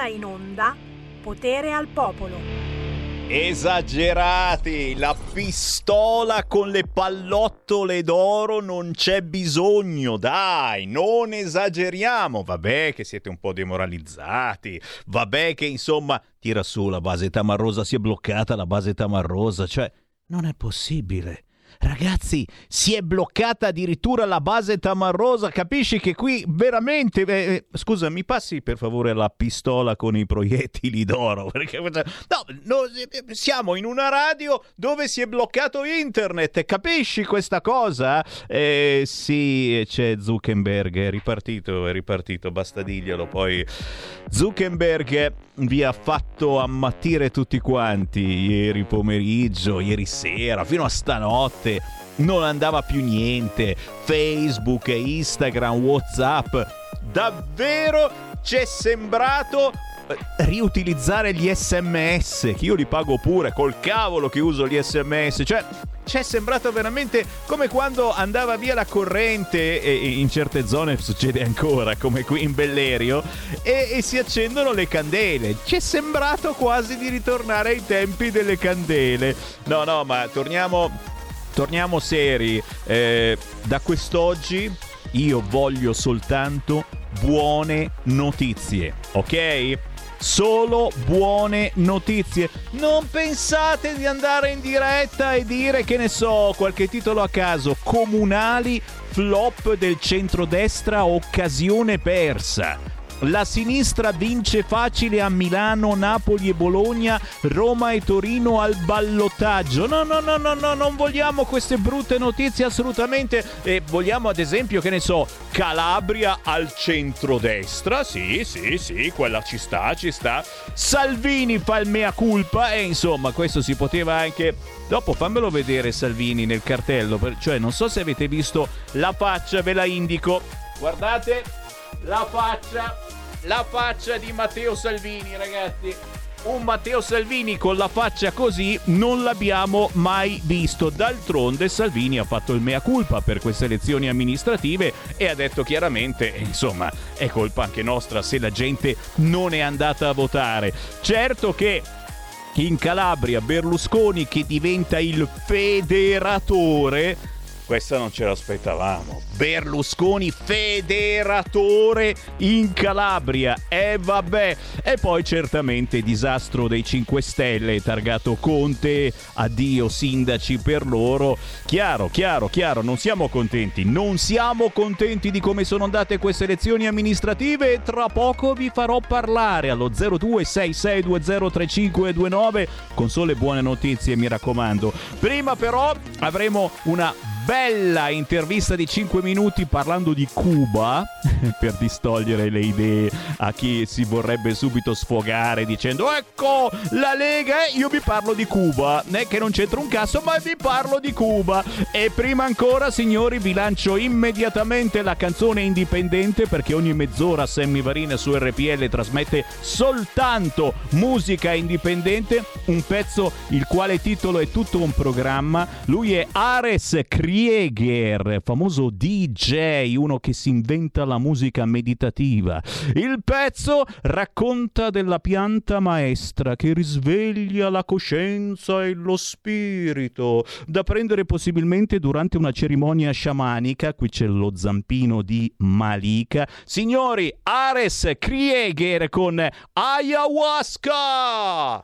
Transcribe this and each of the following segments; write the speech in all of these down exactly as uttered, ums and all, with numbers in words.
ora in onda Potere al Popolo. Esagerati, la pistola con le pallottole d'oro non c'è bisogno, dai, non esageriamo. Vabbè che siete un po' demoralizzati, vabbè che insomma tira su la base tamarrosa, si è bloccata la base tamarrosa, cioè non è possibile. Ragazzi, si è bloccata addirittura la base tamarrosa, capisci che qui veramente... Eh, scusa, mi passi per favore la pistola con i proiettili d'oro? Perché no, no, siamo in una radio dove si è bloccato internet, capisci questa cosa? Eh, sì, c'è Zuckerberg, è ripartito, è ripartito, basta dirglielo. Poi Zuckerberg vi ha fatto ammattire tutti quanti ieri pomeriggio, ieri sera, fino a stanotte. Non andava più niente. Facebook, Instagram, WhatsApp. Davvero ci è sembrato riutilizzare gli sms, che io li pago pure, col cavolo che uso gli sms. Cioè ci è sembrato veramente come quando andava via la corrente, e in certe zone succede ancora, come qui in Bellerio, e, e si accendono le candele. Ci è sembrato quasi di ritornare ai tempi delle candele. No, no, ma torniamo... Torniamo seri, eh, da quest'oggi io voglio soltanto buone notizie, ok? Solo buone notizie. Non pensate di andare in diretta e dire, che ne so, qualche titolo a caso: comunali, flop del centrodestra, occasione persa. La sinistra vince facile a Milano, Napoli e Bologna, Roma e Torino al ballottaggio. No, no, no, no, no, non vogliamo queste brutte notizie assolutamente. E vogliamo ad esempio, che ne so, Calabria al centrodestra. Sì, sì, sì, quella ci sta, ci sta. Salvini fa il mea culpa, e insomma questo si poteva anche... Dopo fammelo vedere Salvini nel cartello, cioè non so se avete visto la faccia, ve la indico. Guardate la faccia, la faccia di Matteo Salvini, ragazzi. Un Matteo Salvini con la faccia così non l'abbiamo mai visto. D'altronde Salvini ha fatto il mea culpa per queste elezioni amministrative e ha detto chiaramente, insomma, è colpa anche nostra se la gente non è andata a votare. Certo che in Calabria Berlusconi che diventa il federatore... Questa non ce l'aspettavamo. Berlusconi federatore in Calabria. E eh, vabbè. E poi certamente disastro dei cinque Stelle, targato Conte, addio sindaci per loro. Chiaro, chiaro, chiaro, non siamo contenti. Non siamo contenti di come sono andate queste elezioni amministrative e tra poco vi farò parlare allo zero due sei sei due zero tre cinque due nove con sole buone notizie, mi raccomando. Prima però avremo una bella intervista di cinque minuti parlando di Cuba per distogliere le idee a chi si vorrebbe subito sfogare dicendo ecco la Lega, io vi parlo di Cuba, né che non c'entra un cazzo, ma vi parlo di Cuba. E prima ancora, signori, vi lancio immediatamente la canzone indipendente, perché ogni mezz'ora Sammy Varin su R P L trasmette soltanto musica indipendente, un pezzo il quale titolo è tutto un programma. Lui è Ares Krieger, famoso D J, uno che si inventa la musica meditativa. Il pezzo racconta della pianta maestra che risveglia la coscienza e lo spirito, da prendere possibilmente durante una cerimonia sciamanica. Qui c'è lo zampino di Malika. Signori, Ares Krieger con Ayahuasca!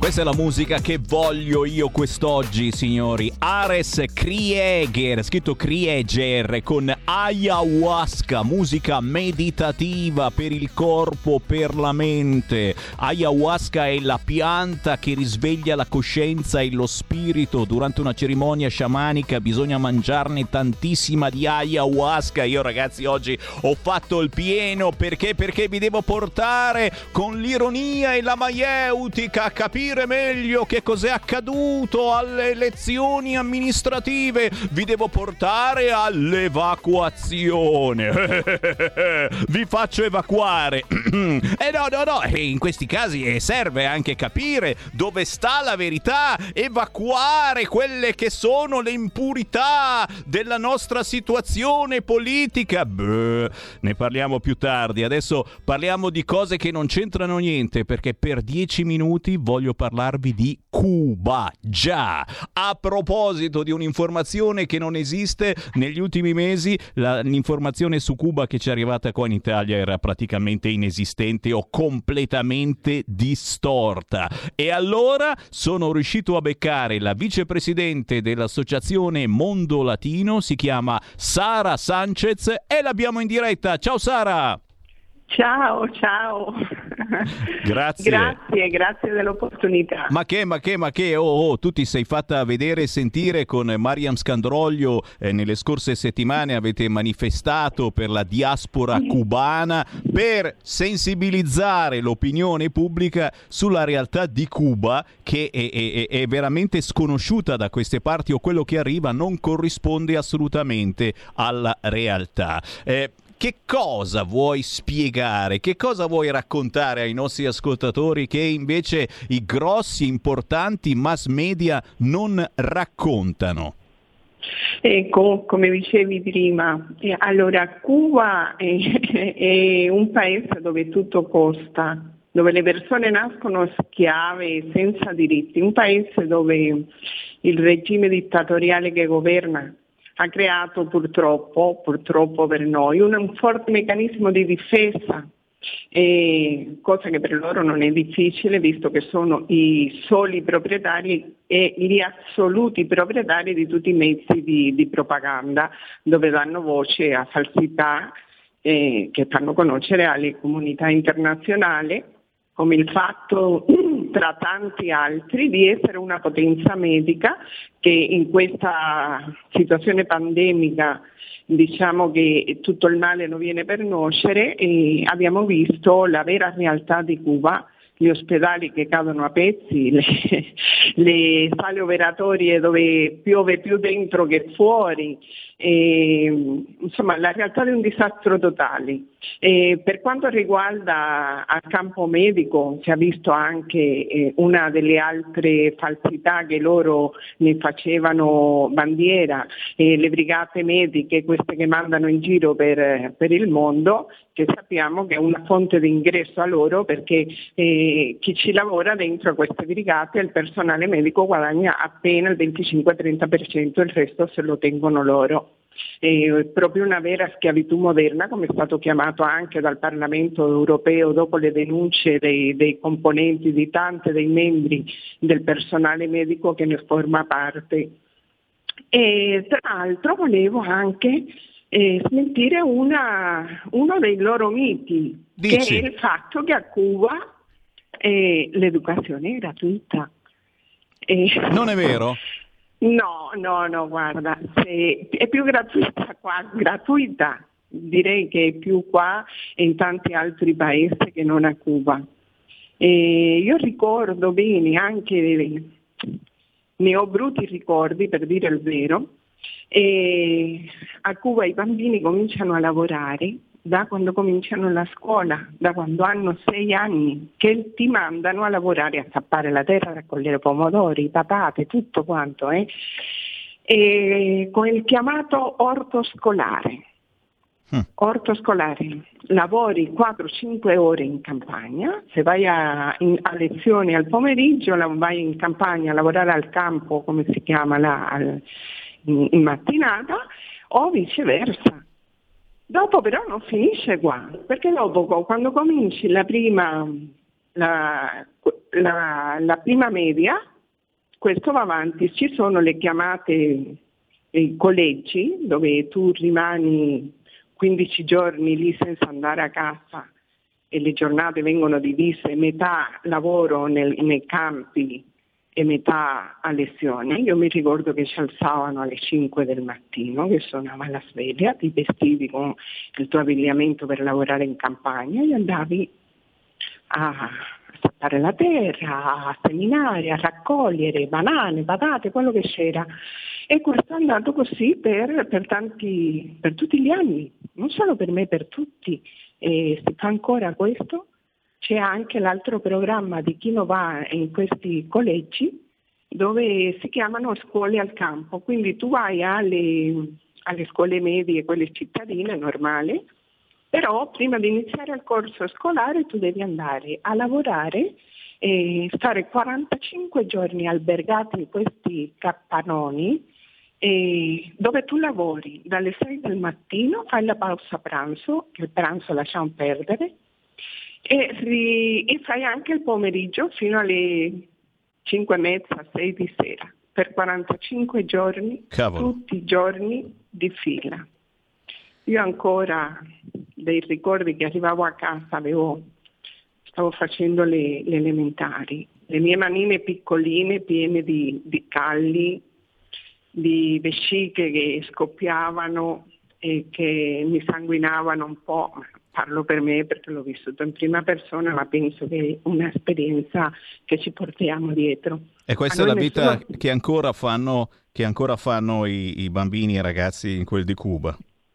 Questa è la musica che voglio io quest'oggi, signori. Ares Krieger, scritto Krieger, con Ayahuasca, musica meditativa per il corpo, per la mente. Ayahuasca è la pianta che risveglia la coscienza e lo spirito. Durante una cerimonia sciamanica bisogna mangiarne tantissima di ayahuasca. Io, ragazzi, oggi ho fatto il pieno perché perché vi devo portare con l'ironia e la maieutica a capire meglio che cos'è accaduto alle elezioni amministrative. Vi devo portare all'evacuazione. Vi faccio evacuare. Eh no, no, no, e in questi casi eh, serve anche capire dove sta la verità, evacuare quelle che sono le impurità della nostra situazione politica. Beh, ne parliamo più tardi. Adesso parliamo di cose che non c'entrano niente, perché per dieci minuti voglio parlarvi di Cuba. Già, a proposito di un'informazione che non esiste, negli ultimi mesi la, l'informazione su Cuba che ci è arrivata qua in Italia era praticamente inesistente o completamente distorta. E allora sono riuscito a beccare la vicepresidente dell'associazione Mondo Latino, si chiama Sara Sanchez, e l'abbiamo in diretta. Ciao Sara! Ciao, ciao. Grazie. Grazie, grazie dell'opportunità. Ma che, ma che, ma che, oh, oh, tu ti sei fatta vedere e sentire con Mariam Scandroglio, eh, nelle scorse settimane avete manifestato per la diaspora cubana, per sensibilizzare l'opinione pubblica sulla realtà di Cuba, che è, è, è veramente sconosciuta da queste parti, o quello che arriva non corrisponde assolutamente alla realtà. Eh, Che cosa vuoi spiegare? Che cosa vuoi raccontare ai nostri ascoltatori che invece i grossi, importanti mass media non raccontano? Ecco, come dicevi prima, eh, allora Cuba è, è un paese dove tutto costa, dove le persone nascono schiave senza diritti, un paese dove il regime dittatoriale che governa ha creato purtroppo, purtroppo per noi, un, un forte meccanismo di difesa, eh, cosa che per loro non è difficile visto che sono i soli proprietari e gli assoluti proprietari di tutti i mezzi di, di propaganda, dove danno voce a falsità eh, che fanno conoscere alle comunità internazionali, come il fatto, tra tanti altri, di essere una potenza medica che in questa situazione pandemica diciamo che tutto il male non viene per nuocere, e abbiamo visto la vera realtà di Cuba, gli ospedali che cadono a pezzi, le, le sale operatorie dove piove più dentro che fuori, e, insomma la realtà di un disastro totale. E per quanto riguarda il campo medico si è visto anche eh, una delle altre falsità che loro ne facevano bandiera, eh, le brigate mediche, queste che mandano in giro per, per il mondo, che sappiamo che è una fonte di ingresso a loro, perché eh, chi ci lavora dentro queste brigate, il personale medico guadagna appena il venticinque trenta per cento, il resto se lo tengono loro. È proprio una vera schiavitù moderna, come è stato chiamato anche dal Parlamento europeo dopo le denunce dei, dei componenti, di tante dei membri del personale medico che ne forma parte. E tra l'altro volevo anche eh, smentire una, uno dei loro miti, Dici? che è il fatto che a Cuba eh, l'educazione è gratuita. Eh, Non è vero? No, no, no, guarda, se è più gratuita qua, gratuita, direi che è più qua e in tanti altri paesi che non a Cuba. E io ricordo bene, anche ne ho brutti ricordi per dire il vero, e a Cuba i bambini cominciano a lavorare da quando cominciano la scuola, da quando hanno sei anni, che ti mandano a lavorare, a tappare la terra, a raccogliere pomodori, patate, tutto quanto, eh? E con il chiamato orto scolare. Mm. Orto scolare, lavori quattro cinque ore in campagna, se vai a, in, a lezione al pomeriggio, vai in campagna a lavorare al campo, come si chiama là, al, in, in mattinata, o viceversa. Dopo però non finisce qua, perché dopo quando cominci la prima, la, la, la prima media, questo va avanti, ci sono le chiamate eh, collegi dove tu rimani quindici giorni lì senza andare a casa e le giornate vengono divise, metà lavoro nel, nei campi e metà a lezione. Io mi ricordo che ci alzavano alle cinque del mattino, che suonava la sveglia, ti vestivi con il tuo abbigliamento per lavorare in campagna e andavi a stappare la terra, a seminare, a raccogliere banane, patate, quello che c'era. E questo è andato così per, per, tanti, per tutti gli anni, non solo per me, per tutti. E si fa ancora questo. C'è anche l'altro programma di chi non va in questi collegi dove si chiamano scuole al campo, quindi tu vai alle, alle scuole medie, quelle cittadine normali, però prima di iniziare il corso scolare tu devi andare a lavorare e stare quarantacinque giorni albergati in questi capannoni e dove tu lavori dalle sei del mattino, fai la pausa pranzo, che il pranzo lasciamo perdere, E, ri, e fai anche il pomeriggio fino alle cinque e mezza, sei di sera, per quarantacinque giorni, Cavolo. tutti i giorni di fila. Io ancora dei ricordi che arrivavo a casa, avevo, stavo facendo le, le elementari, le mie manine piccoline piene di, di calli, di vesciche che scoppiavano e che mi sanguinavano un po'. Parlo per me perché l'ho vissuto in prima persona, ma penso che è un'esperienza che ci portiamo dietro. E questa è la vita nessuno... che ancora fanno, che ancora fanno i, i bambini e i ragazzi in quel di Cuba?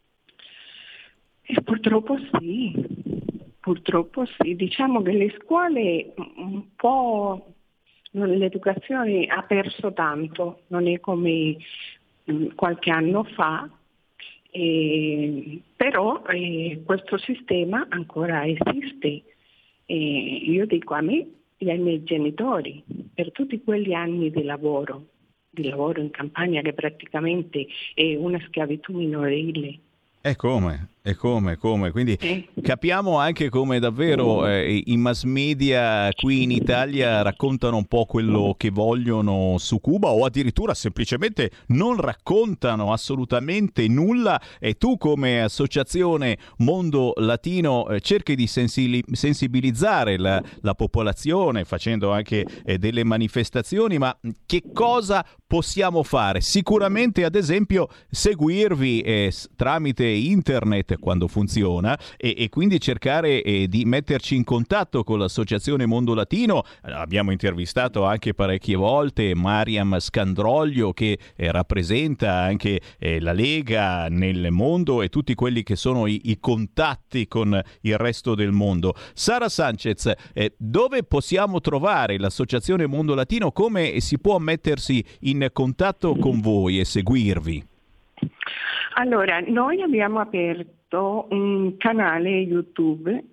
E purtroppo sì, purtroppo sì. Diciamo che le scuole un po', l'educazione ha perso tanto, non è come qualche anno fa. Eh, però eh, questo sistema ancora esiste e io dico a me e ai miei genitori, per tutti quegli anni di lavoro, di lavoro in campagna che praticamente è una schiavitù minorile. E come? E come? Come? Quindi Eh. capiamo anche come davvero eh, i mass media qui in Italia raccontano un po' quello che vogliono su Cuba o addirittura semplicemente non raccontano assolutamente nulla e tu come associazione Mondo Latino eh, cerchi di sensili- sensibilizzare la, la popolazione facendo anche eh, delle manifestazioni, ma che cosa possiamo fare? Sicuramente ad esempio seguirvi eh, tramite internet quando funziona e, e quindi cercare eh, di metterci in contatto con l'associazione Mondo Latino. Abbiamo intervistato anche parecchie volte Mariam Scandroglio che eh, rappresenta anche eh, la Lega nel mondo e tutti quelli che sono i, i contatti con il resto del mondo. Sara Sanchez, eh, dove possiamo trovare l'associazione Mondo Latino? Come si può mettersi in contatto con voi e seguirvi? Allora, noi abbiamo aperto un canale YouTube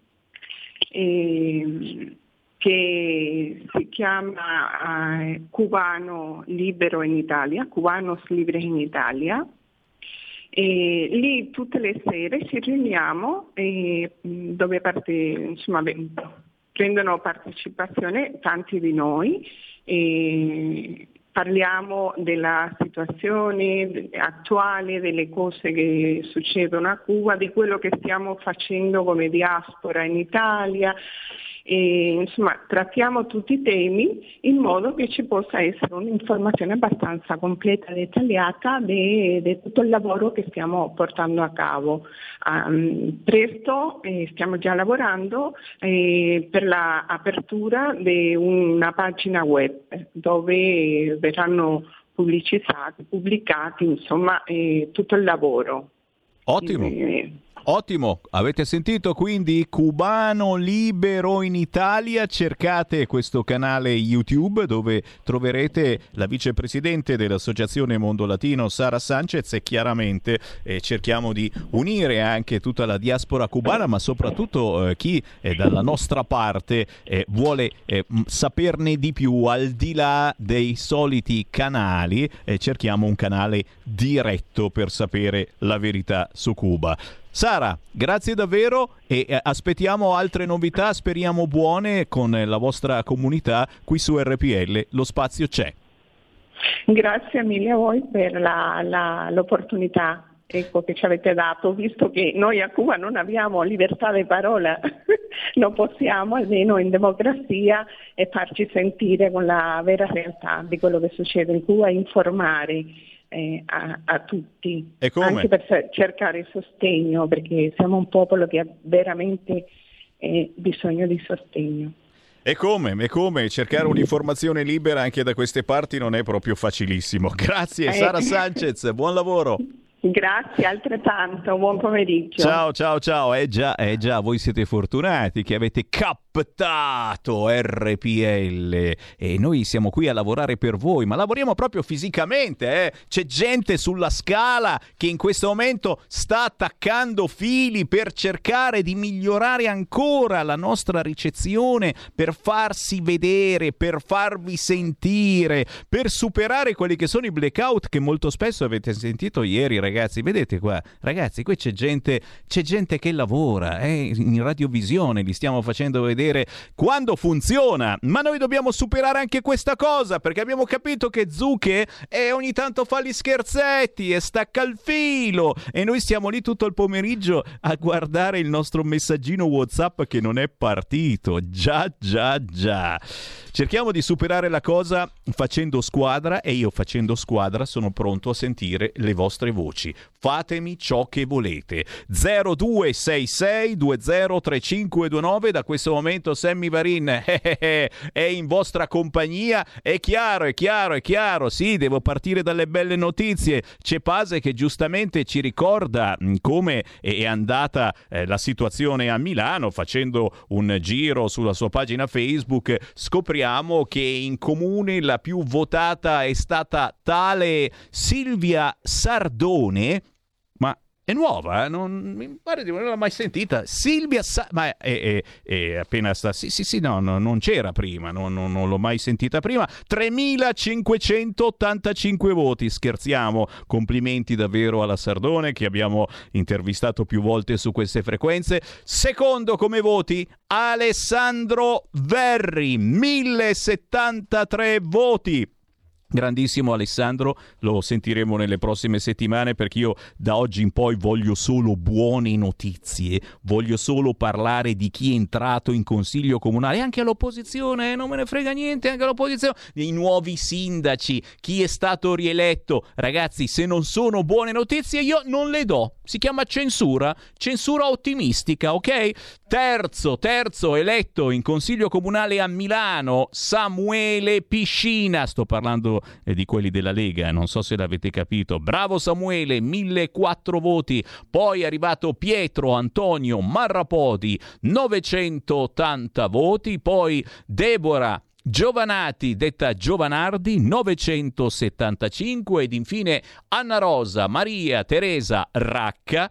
eh, che si chiama eh, Cubano Libero in Italia, Cubanos Libres in Italia. E lì tutte le sere ci riuniamo e dove parte, insomma, beh, prendono partecipazione tanti di noi e parliamo della situazione attuale, delle cose che succedono a Cuba, di quello che stiamo facendo come diaspora in Italia. E, insomma, trattiamo tutti i temi in modo che ci possa essere un'informazione abbastanza completa e dettagliata di tutto il lavoro che stiamo portando a cabo. Um, presto eh, stiamo già lavorando eh, per l'apertura di una pagina web dove verranno pubblicizzati, pubblicati insomma eh, tutto il lavoro. Ottimo. Eh, Ottimo, avete sentito quindi Cubano Libero in Italia, cercate questo canale YouTube dove troverete la vicepresidente dell'associazione Mondo Latino Sara Sanchez e chiaramente eh, cerchiamo di unire anche tutta la diaspora cubana ma soprattutto eh, chi è dalla nostra parte eh, vuole eh, saperne di più al di là dei soliti canali, eh, cerchiamo un canale diretto per sapere la verità su Cuba. Sara, grazie davvero e eh, aspettiamo altre novità, speriamo buone con la vostra comunità qui su R P L, lo spazio c'è. Grazie mille a voi per la, la, l'opportunità ecco, che ci avete dato, visto che noi a Cuba non abbiamo libertà di parola, non possiamo almeno in democrazia e farci sentire con la vera realtà di quello che succede in Cuba e informare eh, a, a tutti, e come? Anche per cercare sostegno, perché siamo un popolo che ha veramente eh, bisogno di sostegno. E come? E come? Cercare un'informazione libera anche da queste parti non è proprio facilissimo. Grazie Sara Sanchez, buon lavoro. Grazie altrettanto, buon pomeriggio. Ciao ciao ciao, eh già, eh già, voi siete fortunati che avete captato R P L e noi siamo qui a lavorare per voi, ma lavoriamo proprio fisicamente, eh. C'è gente sulla scala che in questo momento sta attaccando fili per cercare di migliorare ancora la nostra ricezione, per farsi vedere, per farvi sentire, per superare quelli che sono i blackout che molto spesso avete sentito ieri, ragazzi. Ragazzi, vedete qua, ragazzi, qui c'è gente, c'è gente che lavora, eh, in radiovisione, li stiamo facendo vedere quando funziona, ma noi dobbiamo superare anche questa cosa, perché abbiamo capito che Zucche eh, ogni tanto fa gli scherzetti e stacca il filo, e noi stiamo lì tutto il pomeriggio a guardare il nostro messaggino WhatsApp che non è partito, già già già. Cerchiamo di superare la cosa facendo squadra e io facendo squadra sono pronto a sentire le vostre voci. Fatemi ciò che volete. zero due sei sei due zero tre cinque due nove. Da questo momento Sammy Varin eh, eh, eh, è in vostra compagnia. È chiaro, è chiaro, è chiaro. Sì, devo partire dalle belle notizie. C'è Pase che giustamente ci ricorda come è andata eh, la situazione a Milano. Facendo un giro sulla sua pagina Facebook scopriamo che in comune la più votata è stata tale Silvia Sardone, ma è nuova, eh? non mi pare di non averla mai sentita. Silvia Sa- ma è, è, è appena sta sì sì sì no, no non c'era prima, non, non, non l'ho mai sentita prima. tremilacinquecentottantacinque voti, scherziamo, complimenti davvero alla Sardone che abbiamo intervistato più volte su queste frequenze. Secondo come voti Alessandro Verri, mille settantatré voti. Grandissimo Alessandro, lo sentiremo nelle prossime settimane perché io da oggi in poi voglio solo buone notizie, voglio solo parlare di chi è entrato in consiglio comunale, anche all'opposizione, non me ne frega niente, anche all'opposizione, i nuovi sindaci, chi è stato rieletto. Ragazzi, se non sono buone notizie io non le do, si chiama censura, censura ottimistica, ok? Terzo, terzo eletto in consiglio comunale a Milano, Samuele Piscina, sto parlando eh, di quelli della Lega, non so se l'avete capito. Bravo Samuele, millequattro voti. Poi è arrivato Pietro Antonio Marrapodi, novecentottanta voti. Poi Deborah Giovanati, detta Giovanardi, novecentosettantacinque, ed infine Anna Rosa Maria Teresa Racca,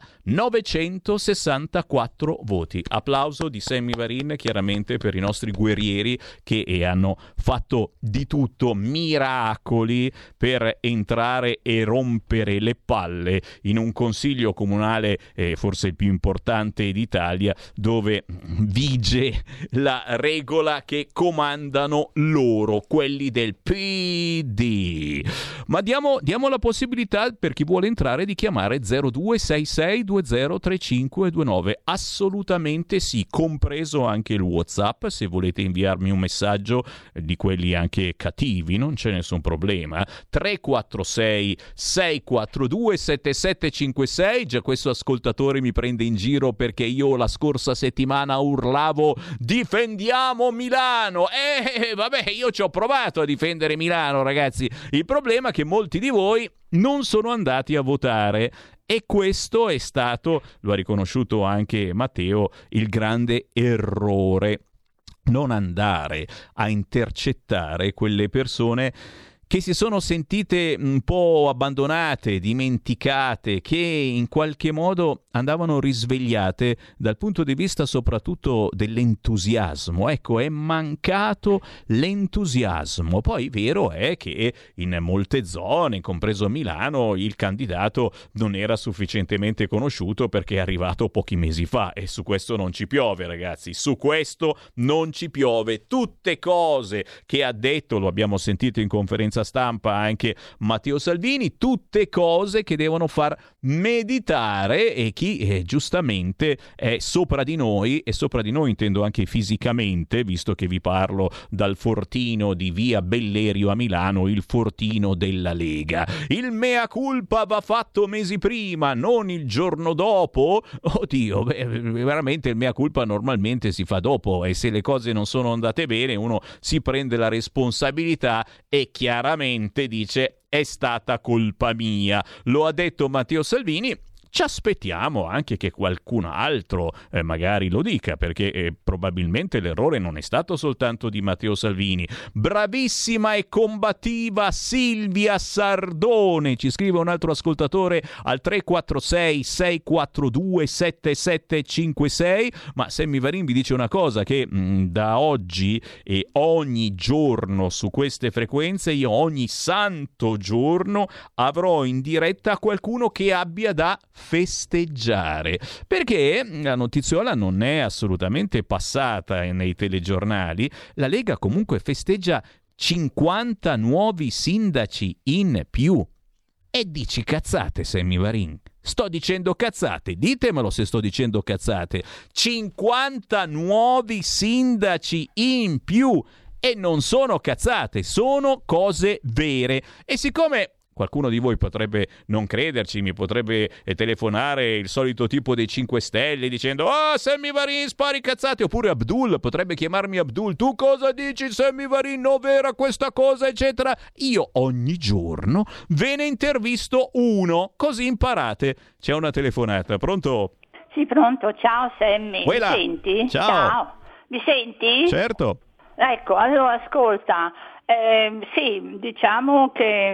novecentosessantaquattro voti. Applauso di Sammy Varin chiaramente per i nostri guerrieri che eh, hanno fatto di tutto, miracoli, per entrare e rompere le palle in un consiglio comunale eh, forse il più importante d'Italia, dove vige la regola che comandano loro, quelli del P D. Ma diamo, diamo la possibilità per chi vuole entrare di chiamare zero due sei sei due zero tre cinque due nove, assolutamente sì, compreso anche il WhatsApp. Se volete inviarmi un messaggio eh, di quelli anche cattivi, non c'è nessun problema. Tre quattro sei sei quattro due sette sette cinque sei. Già questo ascoltatore mi prende in giro perché io la scorsa settimana urlavo difendiamo Milano. Eh vabbè, io ci ho provato a difendere Milano, ragazzi. Il problema è che molti di voi non sono andati a votare, e questo è stato, lo ha riconosciuto anche Matteo, il grande errore. Non andare a intercettare quelle persone che si sono sentite un po' abbandonate, dimenticate, che in qualche modo andavano risvegliate dal punto di vista soprattutto dell'entusiasmo. Ecco, è mancato l'entusiasmo. Poi vero è che in molte zone, compreso Milano, il candidato non era sufficientemente conosciuto perché è arrivato pochi mesi fa, e su questo non ci piove, ragazzi, su questo non ci piove. Tutte cose che ha detto, lo abbiamo sentito in conferenza stampa anche Matteo Salvini, tutte cose che devono far meditare, e chi eh, giustamente è sopra di noi, e sopra di noi intendo anche fisicamente, visto che vi parlo dal fortino di via Bellerio a Milano, il fortino della Lega. Il mea culpa va fatto mesi prima, non il giorno dopo. Oddio, beh, veramente il mea culpa normalmente si fa dopo, e se le cose non sono andate bene uno si prende la responsabilità e chiaramente dice: è stata colpa mia. Lo ha detto Matteo Salvini. Ci aspettiamo anche che qualcun altro eh, magari lo dica, perché eh, probabilmente l'errore non è stato soltanto di Matteo Salvini. Bravissima e combattiva Silvia Sardone, ci scrive un altro ascoltatore al tre quattro sei sei quattro due sette sette cinque sei. Ma Sammy Varin vi dice una cosa, che mh, da oggi e ogni giorno su queste frequenze, io ogni santo giorno avrò in diretta qualcuno che abbia da festeggiare, perché la notiziola non è assolutamente passata nei telegiornali. La Lega comunque festeggia cinquanta nuovi sindaci in più. E dici cazzate, Sammy Varin? Sto dicendo cazzate? Ditemelo se sto dicendo cazzate. cinquanta nuovi sindaci in più, e non sono cazzate, sono cose vere. E siccome qualcuno di voi potrebbe non crederci, mi potrebbe telefonare il solito tipo dei cinque Stelle dicendo: ah, oh, Sammy Varin spari cazzate, oppure Abdul potrebbe chiamarmi Abdul, tu cosa dici Sammy Varin, non vera questa cosa, eccetera. Io ogni giorno ve ne intervisto uno, così imparate. C'è una telefonata, pronto? Sì, pronto, ciao Sammy. Quella. Mi senti? Ciao. Ciao. Mi senti? Certo. Ecco, allora ascolta, eh, sì, diciamo che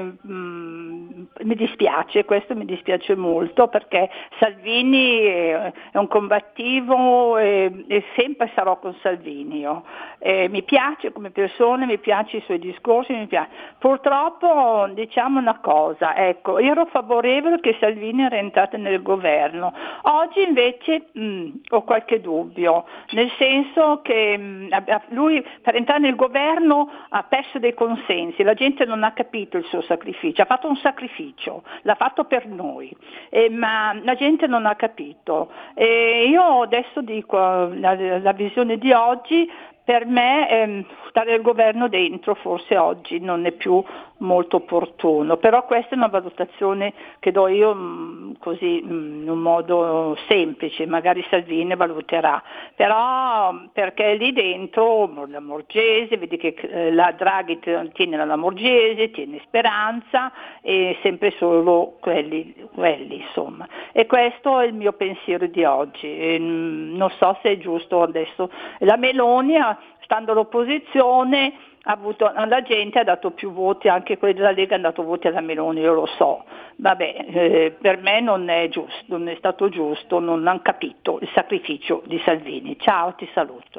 mh, mi dispiace, questo mi dispiace molto, perché Salvini è, è un combattivo e, e sempre sarò con Salvini io. Eh, mi piace come persona, mi piace i suoi discorsi, mi piace. Purtroppo diciamo una cosa, ecco, io ero favorevole che Salvini era entrato nel governo, oggi invece mh, ho qualche dubbio, nel senso che mh, lui per entrare nel governo ha perso dei consensi, la gente non ha capito il suo sacrificio, ha fatto un sacrificio, l'ha fatto per noi, eh, ma la gente non ha capito. E io adesso dico la, la visione di oggi. Per me ehm, stare al governo dentro forse oggi non è più molto opportuno, però questa è una valutazione che do io mh, così mh, in un modo semplice, magari Salvini valuterà, però perché lì dentro la Lamorgese, vedi che eh, la Draghi tiene la Lamorgese, tiene Speranza e sempre solo quelli, quelli insomma. E questo è il mio pensiero di oggi, e, mh, non so se è giusto adesso. La Meloni ha stando all'opposizione ha avuto, la gente ha dato più voti, anche quelli della Lega hanno dato voti alla Meloni, io lo so, vabbè, eh, per me non è giusto, non è stato giusto, non hanno capito il sacrificio di Salvini. Ciao, ti saluto.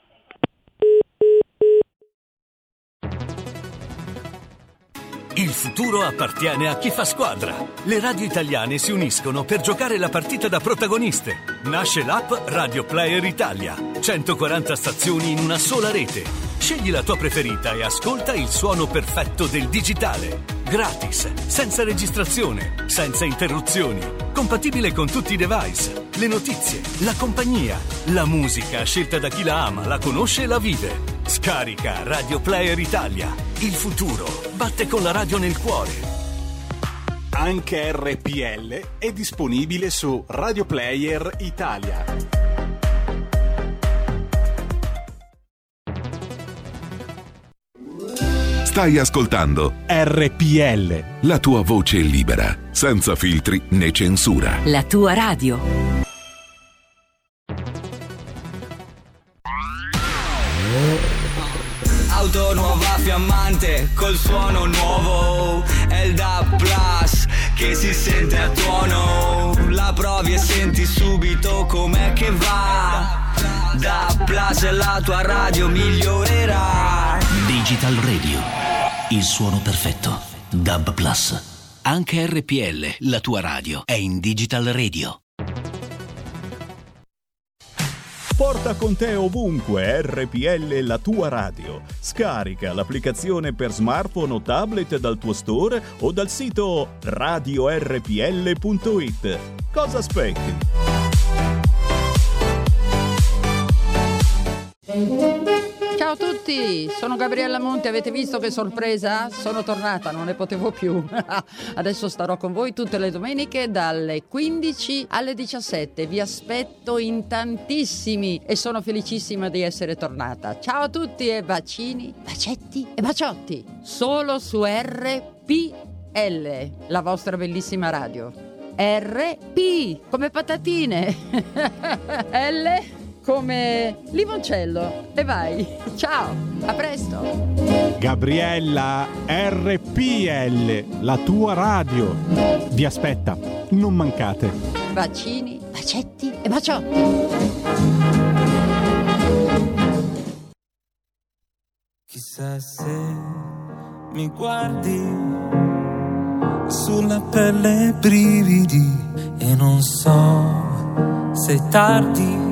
Il futuro appartiene a chi fa squadra. Le radio italiane si uniscono per giocare la partita da protagoniste. Nasce l'app Radio Player Italia. centoquaranta stazioni in una sola rete. Scegli la tua preferita e ascolta il suono perfetto del digitale. Gratis, senza registrazione, senza interruzioni. Compatibile con tutti i device. Le notizie, la compagnia, la musica scelta da chi la ama, la conosce e la vive. Scarica Radio Player Italia. Il futuro batte con la radio nel cuore. Anche R P L è disponibile su Radio Player Italia. Stai ascoltando R P L, la tua voce libera, senza filtri né censura. La tua radio. Auto nuova fiammante col suono nuovo, è il D A B Plus che si sente a tuono. La provi e senti subito com'è che va. Da Plus la tua radio migliorerà. Digital Radio, il suono perfetto. Dub Plus. Anche R P L, la tua radio, è in Digital Radio. Porta con te ovunque R P L, la tua radio. Scarica l'applicazione per smartphone o tablet dal tuo store o dal sito radio r p l punto i t. Cosa aspetti? Ciao a tutti, sono Gabriella Monti, avete visto che sorpresa? Sono tornata, non ne potevo più. Adesso starò con voi tutte le domeniche dalle quindici alle diciassette, vi aspetto in tantissimi e sono felicissima di essere tornata. Ciao a tutti e bacini, bacetti e baciotti, solo su R P L, la vostra bellissima radio. R P come patatine, L come limoncello. E vai, ciao, a presto. Gabriella, R P L, la tua radio, vi aspetta, non mancate. Bacini, bacetti e baciotti. Chissà se mi guardi, sulla pelle brividi, e non so se è tardi.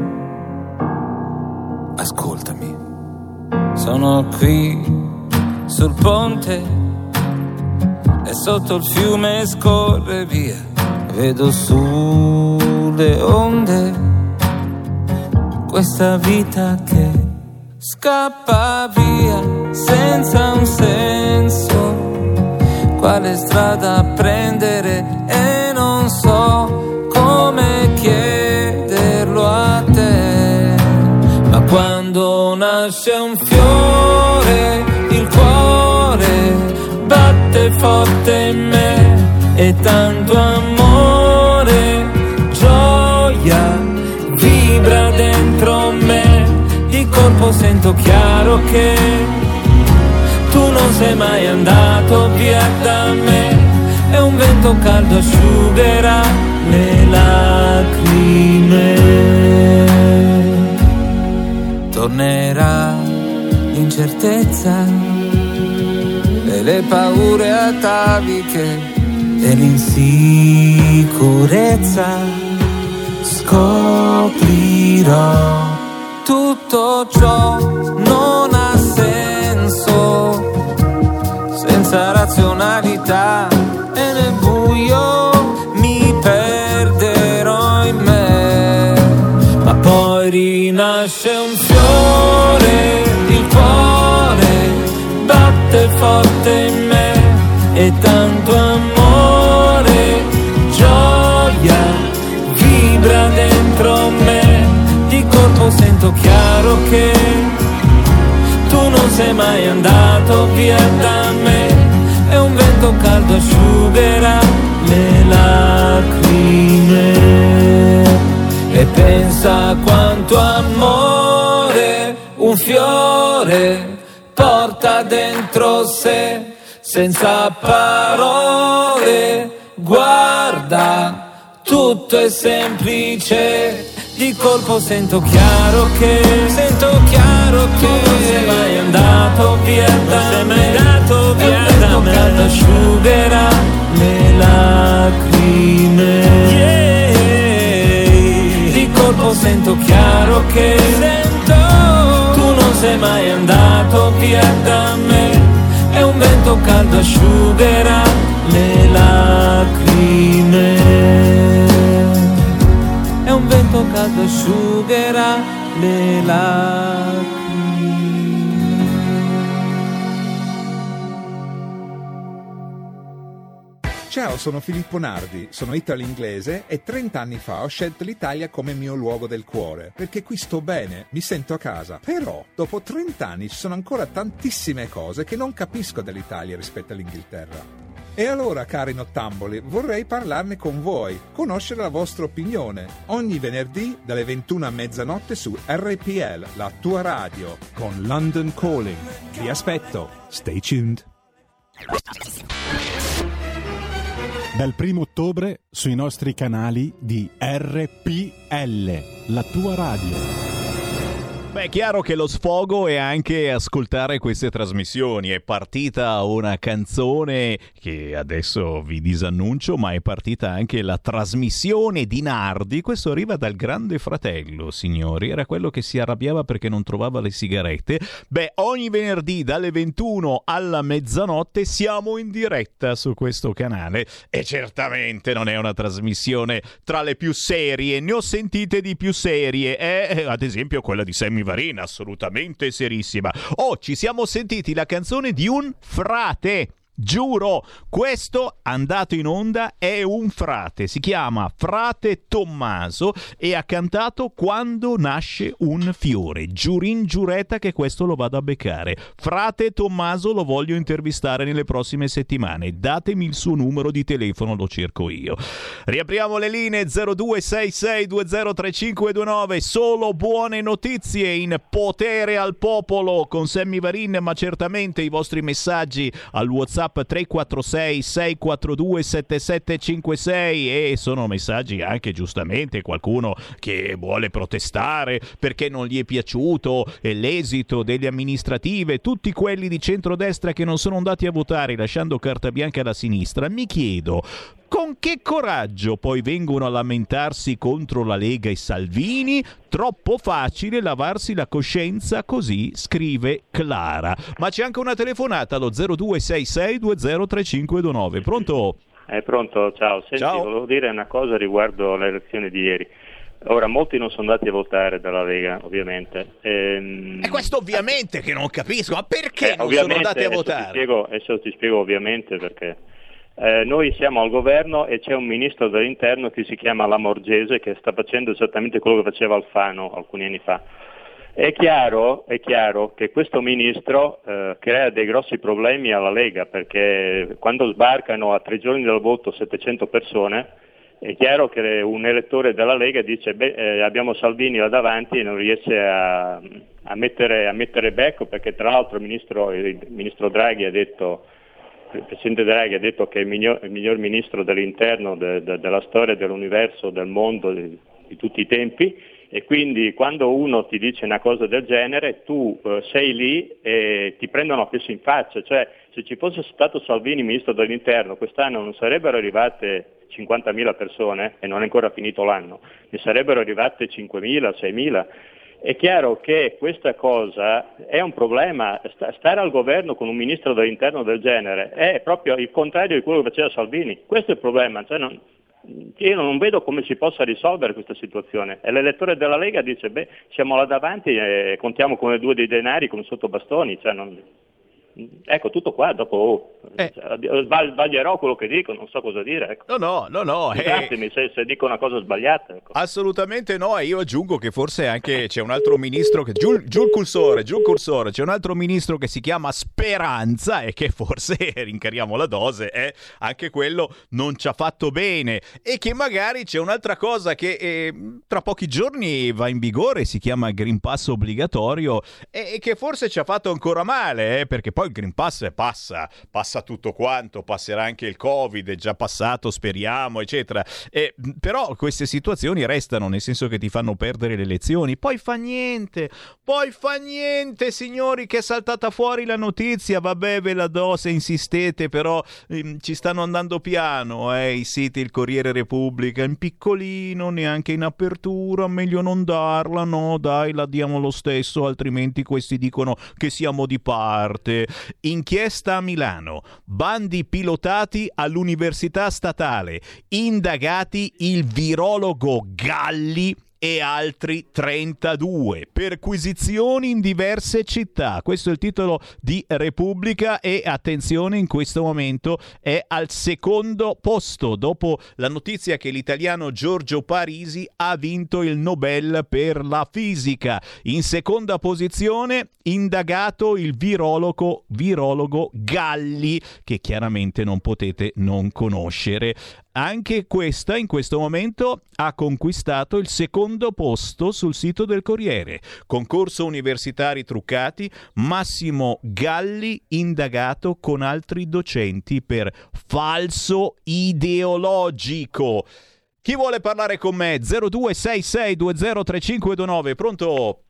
Ascoltami, sono qui sul ponte e sotto il fiume scorre via. Vedo sulle onde questa vita che scappa via senza un senso. Quale strada prendere e non so come chiederlo a te. Ma quando nasce un fiore, il cuore batte forte in me, e tanto amore, gioia vibra dentro me. Di colpo sento chiaro che tu non sei mai andato via da me, e un vento caldo asciugherà le lacrime. Tornerà l'incertezza e le paure ataviche e l'insicurezza. Scoprirò tutto ciò non ha senso senza razionalità, e nel buio mi perderò in me. Ma poi rinasce un fiore, il cuore batte forte in me, e tanto amore, gioia vibra dentro me. Di colpo sento chiaro che tu non sei mai andato via da me, e un vento caldo asciugherà le lacrime. E pensa a quanto amore un fiore porta dentro sé, senza parole. Guarda, tutto è semplice. Di colpo sento chiaro che, sento chiaro che tu non sei mai andato via da me, andato via da me. Caldo asciugherà le lacrime. Yeah. Di colpo sento chiaro che, sento tu non sei mai andato via da me, e un vento caldo asciugherà le lacrime. E un vento caldo asciugherà le lacrime. Ciao, sono Filippo Nardi, sono italo-inglese e trenta anni fa ho scelto l'Italia come mio luogo del cuore, perché qui sto bene, mi sento a casa. Però, dopo trenta anni ci sono ancora tantissime cose che non capisco dell'Italia rispetto all'Inghilterra. E allora, cari nottamboli, vorrei parlarne con voi, conoscere la vostra opinione. Ogni venerdì dalle ventuno a mezzanotte su R P L, la tua radio, con London Calling. Vi aspetto. Stay tuned. Dal primo ottobre sui nostri canali di R P L, la tua radio. Beh, è chiaro che lo sfogo è anche ascoltare queste trasmissioni. È partita una canzone che adesso vi disannuncio, ma è partita anche la trasmissione di Nardi. Questo arriva dal Grande Fratello, signori. Era quello che si arrabbiava perché non trovava le sigarette. Beh, ogni venerdì dalle ventuno alla mezzanotte siamo in diretta su questo canale e certamente non è una trasmissione tra le più serie. Ne ho sentite di più serie, eh? Ad esempio quella di Sammy Varin, assolutamente serissima. Oh, ci siamo sentiti la canzone di un frate. Giuro, questo andato in onda è un frate, si chiama Frate Tommaso e ha cantato Quando nasce un fiore. Giurin giuretta che questo lo vado a beccare. Frate Tommaso lo voglio intervistare nelle prossime settimane. Datemi il suo numero di telefono, lo cerco io. Riapriamo le linee zero due sei sei due zero tre cinque due nove. Solo buone notizie in Potere al Popolo con Sammy Varin, ma certamente i vostri messaggi al WhatsApp tre quattro sei sei quattro due sette sette cinque sei e sono messaggi anche giustamente qualcuno che vuole protestare perché non gli è piaciuto l'esito delle amministrative, tutti quelli di centrodestra che non sono andati a votare lasciando carta bianca alla sinistra. Mi chiedo con che coraggio poi vengono a lamentarsi contro la Lega e Salvini? Troppo facile lavarsi la coscienza così, scrive Clara. Ma c'è anche una telefonata allo zero due sei sei due zero tre cinque due nove. Pronto? È pronto, ciao. Senti, ciao. Volevo dire una cosa riguardo le elezioni di ieri. Ora, molti non sono andati a votare dalla Lega, ovviamente. Ehm... E questo ovviamente che non capisco, ma perché eh, non sono andati a votare? Ti spiego, adesso ti spiego ovviamente perché. Eh, noi siamo al governo e c'è un ministro dell'interno che si chiama Lamorgese che sta facendo esattamente quello che faceva Alfano alcuni anni fa. È chiaro, è chiaro che questo ministro eh, crea dei grossi problemi alla Lega perché quando sbarcano a tre giorni dal voto settecento persone è chiaro che un elettore della Lega dice beh, eh, abbiamo Salvini là davanti e non riesce a, a, mettere, a mettere becco perché tra l'altro il ministro, il ministro Draghi ha detto il Presidente Draghi ha detto che è il miglior, il miglior ministro dell'interno de, de, della storia dell'universo, del mondo, di, di tutti i tempi e quindi quando uno ti dice una cosa del genere tu eh, sei lì e ti prendono a peso in faccia, cioè se ci fosse stato Salvini ministro dell'interno quest'anno non sarebbero arrivate cinquantamila persone e non è ancora finito l'anno, ne sarebbero arrivate cinquemila, seimila. È chiaro che questa cosa è un problema, stare al governo con un ministro dell'interno del genere è proprio il contrario di quello che faceva Salvini, questo è il problema, cioè non, io non vedo come si possa risolvere questa situazione e l'elettore della Lega dice beh siamo là davanti e contiamo come due dei denari come sotto bastoni, cioè non... Ecco, tutto qua, dopo oh, eh. sbaglierò quello che dico, non so cosa dire. Ecco. No, no, no, no. Scusatemi eh. se, se dico una cosa sbagliata. Ecco. Assolutamente no, e io aggiungo che forse anche c'è un altro ministro, che giù, giù il cursore, giù il cursore, c'è un altro ministro che si chiama Speranza e che forse, rincariamo la dose, eh, anche quello non ci ha fatto bene e che magari c'è un'altra cosa che eh, tra pochi giorni va in vigore, si chiama Green Pass obbligatorio e, e che forse ci ha fatto ancora male, eh, perché poi Poi il Green Pass passa, passa tutto quanto, passerà anche il Covid, è già passato, speriamo, eccetera. E, però queste situazioni restano, nel senso che ti fanno perdere le elezioni. Poi fa niente, poi fa niente, signori, che è saltata fuori la notizia. Vabbè, ve la do se insistete, però ehm, ci stanno andando piano, eh, i siti, il Corriere Repubblica, in piccolino, neanche in apertura, meglio non darla, no, dai, la diamo lo stesso, altrimenti questi dicono che siamo di parte. Inchiesta a Milano, bandi pilotati all'Università Statale, indagati il virologo Galli e altri trentadue. Perquisizioni in diverse città. Questo è il titolo di Repubblica e attenzione, in questo momento è al secondo posto dopo la notizia che l'italiano Giorgio Parisi ha vinto il Nobel per la fisica. In seconda posizione indagato il virologo, virologo Galli, che chiaramente non potete non conoscere. anche questa in questo momento ha conquistato il secondo posto sul sito del Corriere. Concorso universitari truccati, Massimo Galli indagato con altri docenti per falso ideologico. Chi vuole parlare con me? zero due sei sei due zero tre cinque due nove. Pronto?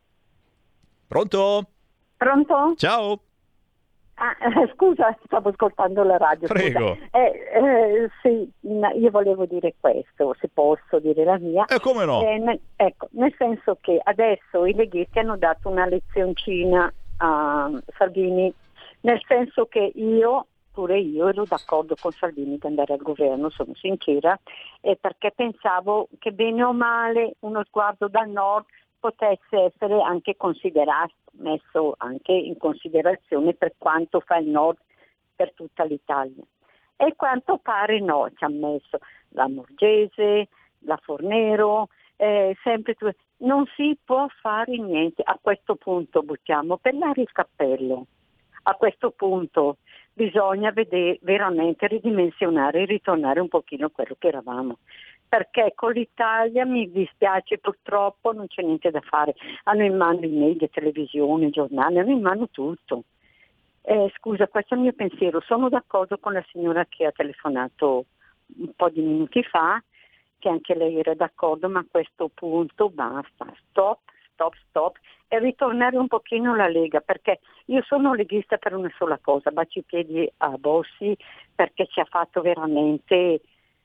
Pronto? Pronto? Ciao. Ah, eh, scusa, stavo ascoltando la radio. Prego. Eh, eh, sì, no, io volevo dire questo, se posso dire la mia. E eh, come no? Eh, ne, ecco, nel senso che adesso i leghisti hanno dato una lezioncina a Salvini, nel senso che io, pure io, ero d'accordo con Salvini di andare al governo, sono sincera, eh, perché pensavo che bene o male uno sguardo dal nord potesse essere anche considerato, messo anche in considerazione per quanto fa il nord per tutta l'Italia. E quanto pare no, ci ha messo la Morgese, la Fornero, eh, sempre tu... non si può fare niente. A questo punto buttiamo per l'aria il cappello. A questo punto bisogna vedere, veramente ridimensionare e ritornare un pochino a quello che eravamo. Perché con l'Italia, mi dispiace, purtroppo non c'è niente da fare. Hanno in mano i media, televisione, giornali, hanno in mano tutto. Eh, scusa, questo è il mio pensiero. Sono d'accordo con la signora che ha telefonato un po' di minuti fa, che anche lei era d'accordo, ma a questo punto basta. Stop, stop, stop. E ritornare un pochino alla Lega, perché io sono leghista per una sola cosa, bacio i piedi a Bossi, perché ci ha fatto veramente...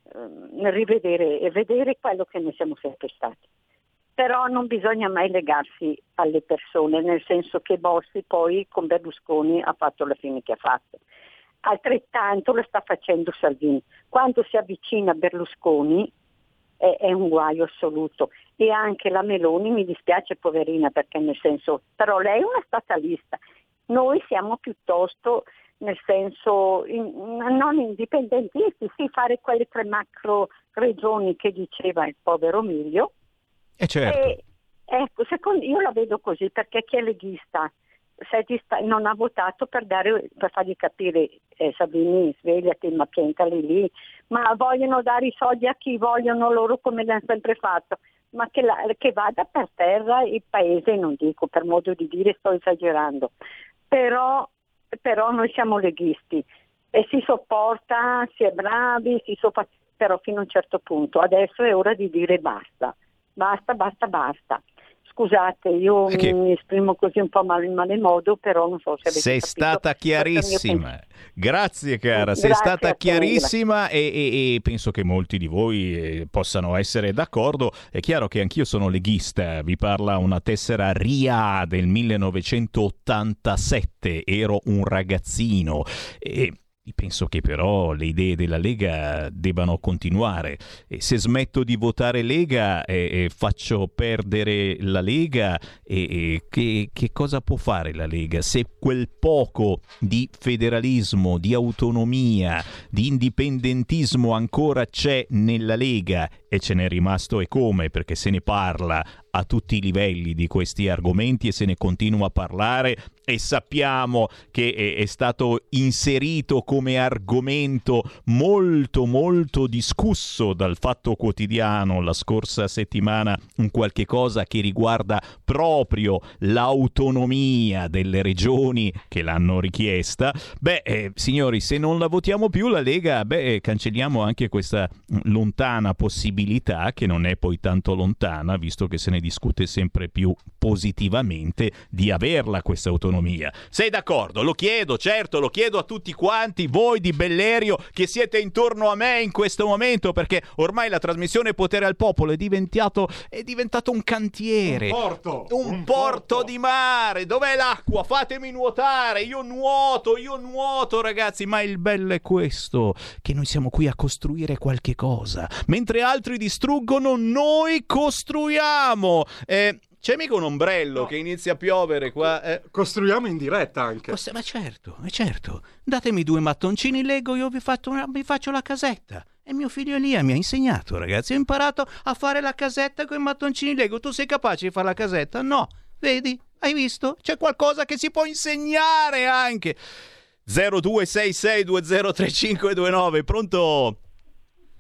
rivedere e vedere quello che noi siamo sempre stati. Però non bisogna mai legarsi alle persone, nel senso che Bossi poi con Berlusconi ha fatto la fine che ha fatto. Altrettanto lo sta facendo Salvini. Quando si avvicina a Berlusconi è, è un guaio assoluto. E anche la Meloni, mi dispiace poverina, perché nel senso, però lei è una statalista. Noi siamo piuttosto nel senso in, non indipendentisti, sì, fare quelle tre macro regioni che diceva il povero Miglio. E certo. E, ecco, secondo, io la vedo così, perché chi è leghista non ha votato per dare, per fargli capire eh, Salvini, svegliati, ma piantali lì, ma vogliono dare i soldi a chi vogliono loro, come l'hanno sempre fatto, ma che, la, che vada per terra il paese, non dico per modo di dire, sto esagerando, però però noi siamo leghisti e si sopporta, si è bravi, si sopporta, però fino a un certo punto. Adesso è ora di dire basta, basta, basta, basta. Scusate, io che... mi esprimo così un po' male in male modo, però non so se avete Sei capito. stata chiarissima. Grazie cara, sei Grazie stata a te, chiarissima e, e, e penso che molti di voi eh, possano essere d'accordo. È chiaro che anch'io sono leghista, vi parla una tessera R I A del millenovecentottantasette, ero un ragazzino e penso che però le idee della Lega debbano continuare e se smetto di votare Lega e, e faccio perdere la Lega e, e che, che cosa può fare la Lega se quel poco di federalismo, di autonomia, di indipendentismo ancora c'è nella Lega e ce n'è rimasto e come, perché se ne parla a tutti i livelli di questi argomenti e se ne continua a parlare e sappiamo che è, è stato inserito come argomento molto molto discusso dal Fatto Quotidiano la scorsa settimana, un qualche cosa che riguarda proprio l'autonomia delle regioni che l'hanno richiesta. Beh, eh, signori, se non la votiamo più la Lega, beh, cancelliamo anche questa lontana possibilità, che non è poi tanto lontana, visto che se ne discute sempre più positivamente, di averla questa autonomia. Sei d'accordo? Lo chiedo, certo, lo chiedo a tutti quanti voi di Bellerio che siete intorno a me in questo momento, perché ormai la trasmissione Potere al Popolo è diventato è diventato un cantiere, un porto, un, un porto, porto di mare. Dov'è l'acqua? Fatemi nuotare, io nuoto, io nuoto ragazzi, ma il bello è questo, che noi siamo qui a costruire qualche cosa, mentre altri distruggono, noi costruiamo. Eh, C'è mica un ombrello no. che inizia a piovere qua? Eh. Costruiamo in diretta anche. Cost- ma certo, ma certo. Datemi due mattoncini Lego, io vi, fatto una, vi faccio la casetta. E mio figlio Elia mi ha insegnato, ragazzi. Ho imparato a fare la casetta con i mattoncini Lego. Tu sei capace di fare la casetta? No. Vedi? Hai visto? C'è qualcosa che si può insegnare anche. zero due sei sei due zero tre cinque due nove. Pronto?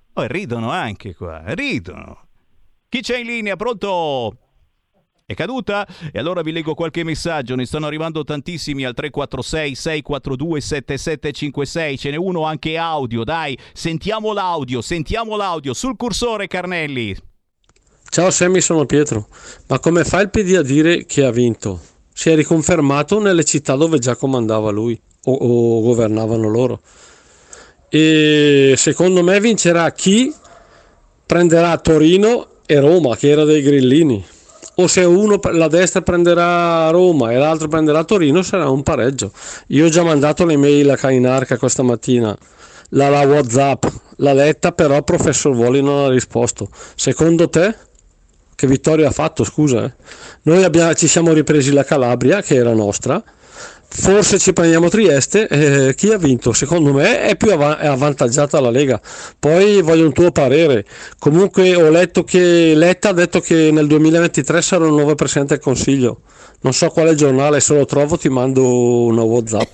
Oh, ridono anche qua, ridono. Chi c'è in linea? Pronto? È caduta? E allora vi leggo qualche messaggio, ne stanno arrivando tantissimi al tre quattro sei sei quattro due sette sette cinque sei, ce n'è uno anche audio, dai, sentiamo l'audio, sentiamo l'audio, sul cursore Carnelli. Ciao Sammy, sono Pietro, ma come fa il P D a dire che ha vinto? Si è riconfermato nelle città dove già comandava lui, o, o governavano loro. E secondo me vincerà chi prenderà Torino e Roma, che era dei grillini. O se uno, la destra prenderà Roma e l'altro prenderà Torino, sarà un pareggio. Io ho già mandato le mail a Cainarca questa mattina, la, la WhatsApp, la Letta, però professor Voli non ha risposto. Secondo te che vittoria ha fatto, scusa? Eh? Noi abbiamo, ci siamo ripresi la Calabria, che era nostra, forse ci prendiamo Trieste, eh, chi ha vinto? Secondo me è più av- è avvantaggiata la Lega. Poi voglio un tuo parere. Comunque ho letto che Letta ha detto che nel duemilaventitré sarà il nuovo Presidente del Consiglio. Non so quale giornale, se lo trovo ti mando una WhatsApp.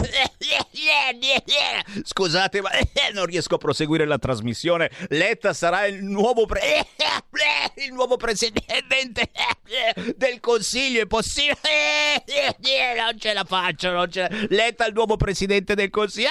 Scusate, ma non riesco a proseguire la trasmissione. Letta sarà il nuovo pre- il nuovo Presidente del Consiglio, è possibile? Non ce la faccio, non ce la... Letta il nuovo Presidente del Consiglio.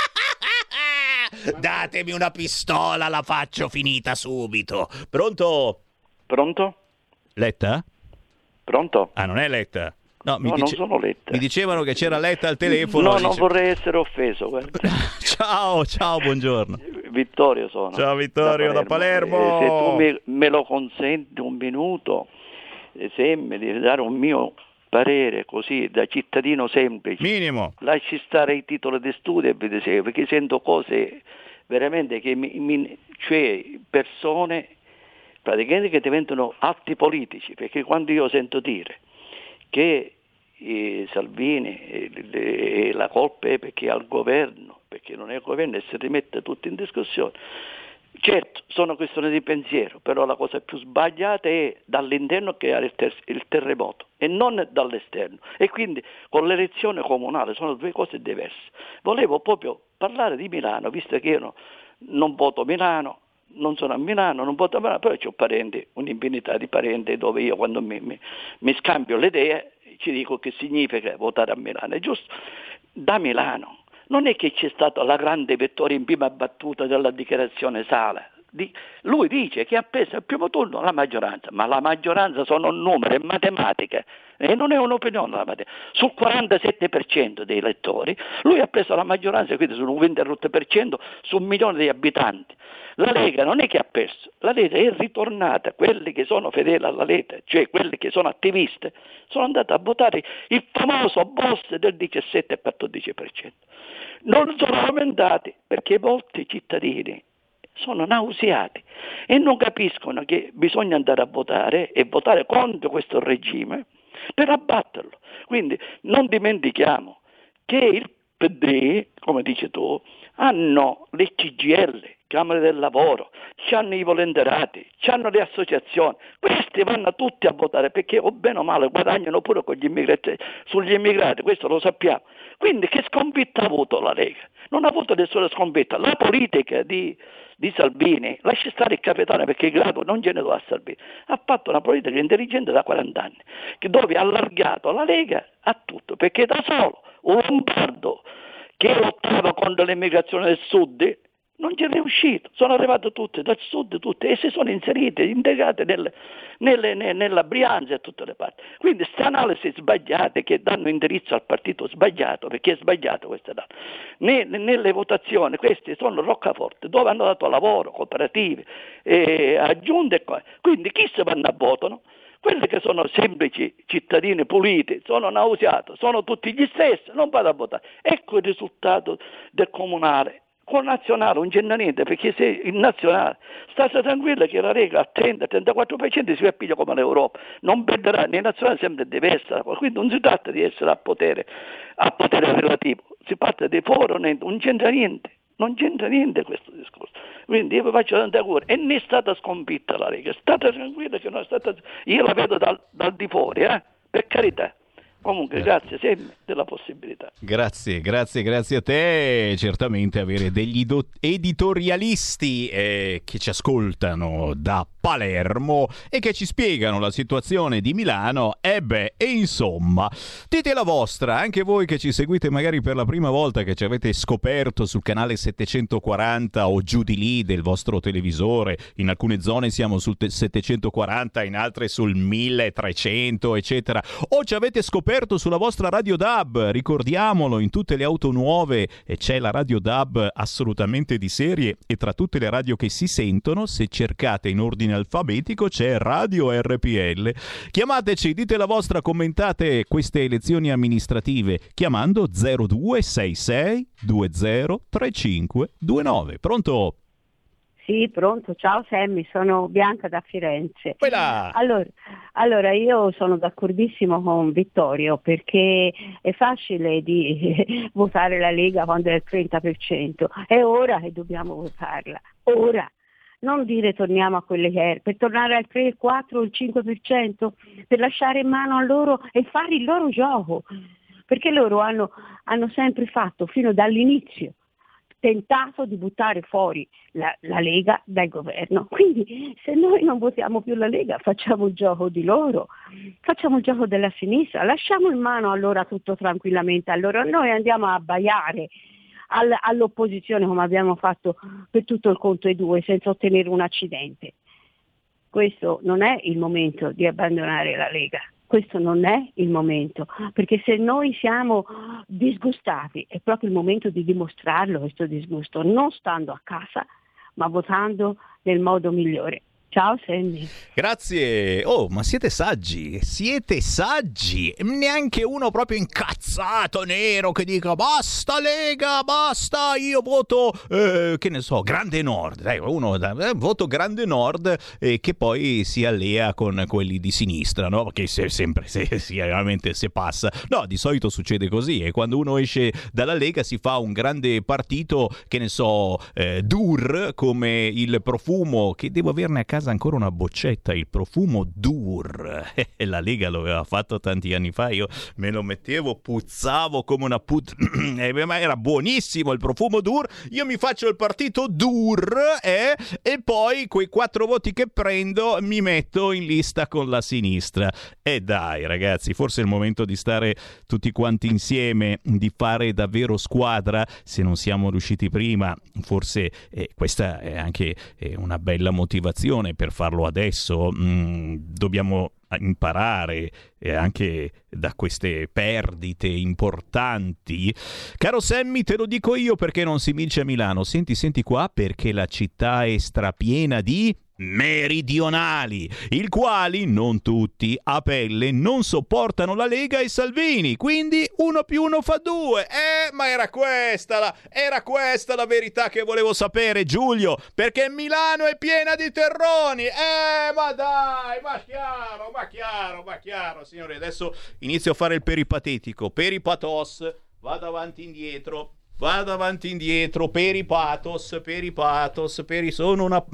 Datemi una pistola, la faccio finita subito. Pronto? Pronto? Letta? Pronto? Ah, non è Letta? No, mi, no dice... non sono Letta. Mi dicevano che c'era Letta al telefono. No, dice... non vorrei essere offeso. Guarda. Ciao, ciao, buongiorno. Vittorio sono. Ciao Vittorio da Palermo. Da Palermo. Eh, se tu me, me lo consenti un minuto, eh, se mi devi dare un mio parere così da cittadino semplice. Minimo. Lasci stare i titoli di studio e vi dicevo, perché sento cose veramente che mi, mi cioè persone praticamente che diventano atti politici, perché quando io sento dire che eh, Salvini eh, le, la colpa è perché è al governo, perché non è al governo e si rimette tutto in discussione. Certo, sono questioni di pensiero, però la cosa più sbagliata è dall'interno creare il, ter- il terremoto e non dall'esterno. E quindi con l'elezione comunale sono due cose diverse. Volevo proprio parlare di Milano, visto che io no, non voto Milano, non sono a Milano, non voto a Milano, però ho parenti, un'infinità di parenti dove io quando mi, mi, mi scambio le idee ci dico che significa votare a Milano. È giusto, da Milano non è che c'è stata la grande vittoria in prima battuta della dichiarazione Sala. Di, lui dice che ha preso al primo turno la maggioranza, ma la maggioranza sono numeri, è matematica e non è un'opinione la matematica. Sul quarantasette per cento dei elettori lui ha preso la maggioranza, quindi sul ventidue per cento su un milione di abitanti. La Lega non è che ha perso, la Lega è ritornata, quelli che sono fedeli alla Lega, cioè quelli che sono attivisti, sono andati a votare il famoso boss del diciassette e quattordici per cento. Non sono aumentati perché molti cittadini sono nauseati e non capiscono che bisogna andare a votare e votare contro questo regime per abbatterlo. Quindi non dimentichiamo che il P D, come dici tu, hanno le C G I L, Camere del Lavoro, hanno i volontariati, hanno le associazioni, questi vanno tutti a votare perché o bene o male guadagnano pure con gli immigrati, sugli immigrati, questo lo sappiamo. Quindi che sconfitta ha avuto la Lega? Non ha avuto nessuna sconfitta. La politica di, di Salvini, lascia stare il capitano perché il grado non gliene do a Salvini, ha fatto una politica intelligente da quaranta anni, dove ha allargato la Lega a tutto, perché da solo un Lombardo che lottava contro l'immigrazione del sud non ci è riuscito, sono arrivate tutte dal sud tutte e si sono inserite, integrate nelle, nelle, nelle, nella Brianza e tutte le parti. Quindi queste analisi sbagliate che danno indirizzo al partito sbagliato, perché è sbagliato questa analisi. Nelle, nelle votazioni queste sono roccaforte dove hanno dato lavoro, cooperative, eh, aggiunte e cose. Quindi chi se vanno a votano? Quelli che sono semplici cittadini puliti, sono nauseati, sono tutti gli stessi, non vado a votare. Ecco il risultato del comunale. Con nazionale non c'è niente, perché se il nazionale state tranquillo che la Lega al trenta trentaquattro per cento si appiglia come l'Europa, non perderà, nei nazionali sempre deve essere, quindi non si tratta di essere a potere, a potere relativo, si parte di fuori, non c'entra niente, non c'entra niente questo discorso. Quindi io vi faccio tante auguri e ne è stata sconfitta la Lega, state tranquillo che non è stata, io la vedo dal, dal di fuori, eh? Per carità. Comunque, grazie sempre della possibilità. Grazie, grazie, grazie a te. Certamente avere degli do- editorialisti eh, che ci ascoltano da Palermo e che ci spiegano la situazione di Milano, e beh, e insomma, dite la vostra, anche voi che ci seguite magari per la prima volta, che ci avete scoperto sul canale settecentoquaranta o giù di lì del vostro televisore. In alcune zone siamo sul te- settecentoquaranta, in altre sul milletrecento, eccetera. O ci avete scoperto sulla vostra radio D A B, ricordiamolo, in tutte le auto nuove e c'è la radio D A B assolutamente di serie, e tra tutte le radio che si sentono, se cercate in ordine alfabetico, c'è Radio R P L. Chiamateci, dite la vostra, commentate queste elezioni amministrative chiamando zero due sei sei due zero tre cinque due nove. Pronto? Sì, pronto. Ciao Sammy, sono Bianca da Firenze. Quella. Allora, allora, io sono d'accordissimo con Vittorio, perché è facile di votare la Lega quando è il trenta per cento. È ora che dobbiamo votarla. Ora. Non dire torniamo a quelle che erano, per tornare al tre, il quattro, il cinque per cento, per lasciare in mano a loro e fare il loro gioco. Perché loro hanno, hanno sempre fatto, fino dall'inizio, tentato di buttare fuori la, la Lega dal governo. Quindi se noi non votiamo più la Lega, facciamo il gioco di loro, facciamo il gioco della sinistra, lasciamo in mano allora tutto tranquillamente. Allora noi andiamo a abbaiare all, all'opposizione come abbiamo fatto per tutto il conto ai due senza ottenere un accidente. Questo non è il momento di abbandonare la Lega. Questo non è il momento, perché se noi siamo disgustati è proprio il momento di dimostrarlo, questo disgusto, non stando a casa, ma votando nel modo migliore. Ciao Sammy. Grazie. Oh, ma siete saggi, siete saggi. Neanche uno proprio incazzato, nero, che dica basta Lega, basta, io voto, eh, che ne so, Grande Nord. Dai, uno eh, voto Grande Nord e eh, che poi si allea con quelli di sinistra, no? Che se, sempre, se, sì, veramente se passa. No, di solito succede così, e quando uno esce dalla Lega si fa un grande partito, che ne so, eh, Dur, come il profumo, che devo averne a casa ancora una boccetta, il profumo Dur. Eh, la Lega lo aveva fatto tanti anni fa, io me lo mettevo, puzzavo come una put eh, ma era buonissimo il profumo Dur. Io mi faccio il partito Dur eh, e poi quei quattro voti che prendo mi metto in lista con la sinistra. E eh dai ragazzi, forse è il momento di stare tutti quanti insieme, di fare davvero squadra. Se non siamo riusciti prima, forse eh, questa è anche eh, una bella motivazione per farlo adesso. Mm, dobbiamo imparare eh, anche da queste perdite importanti. Caro Sammy, te lo dico io perché non si vince a Milano. Senti, senti qua, perché la città è strapiena di meridionali, i quali, non tutti, a pelle non sopportano la Lega e Salvini, quindi uno più uno fa due. Eh, ma era questa la, era questa la verità che volevo sapere, Giulio, perché Milano è piena di terroni. Eh, ma dai, ma chiaro, ma chiaro, ma chiaro, signori. Adesso inizio a fare il peripatetico, peripatos, vado avanti e indietro. Vado avanti e indietro, peripatos, peripatos, peri... Sono una...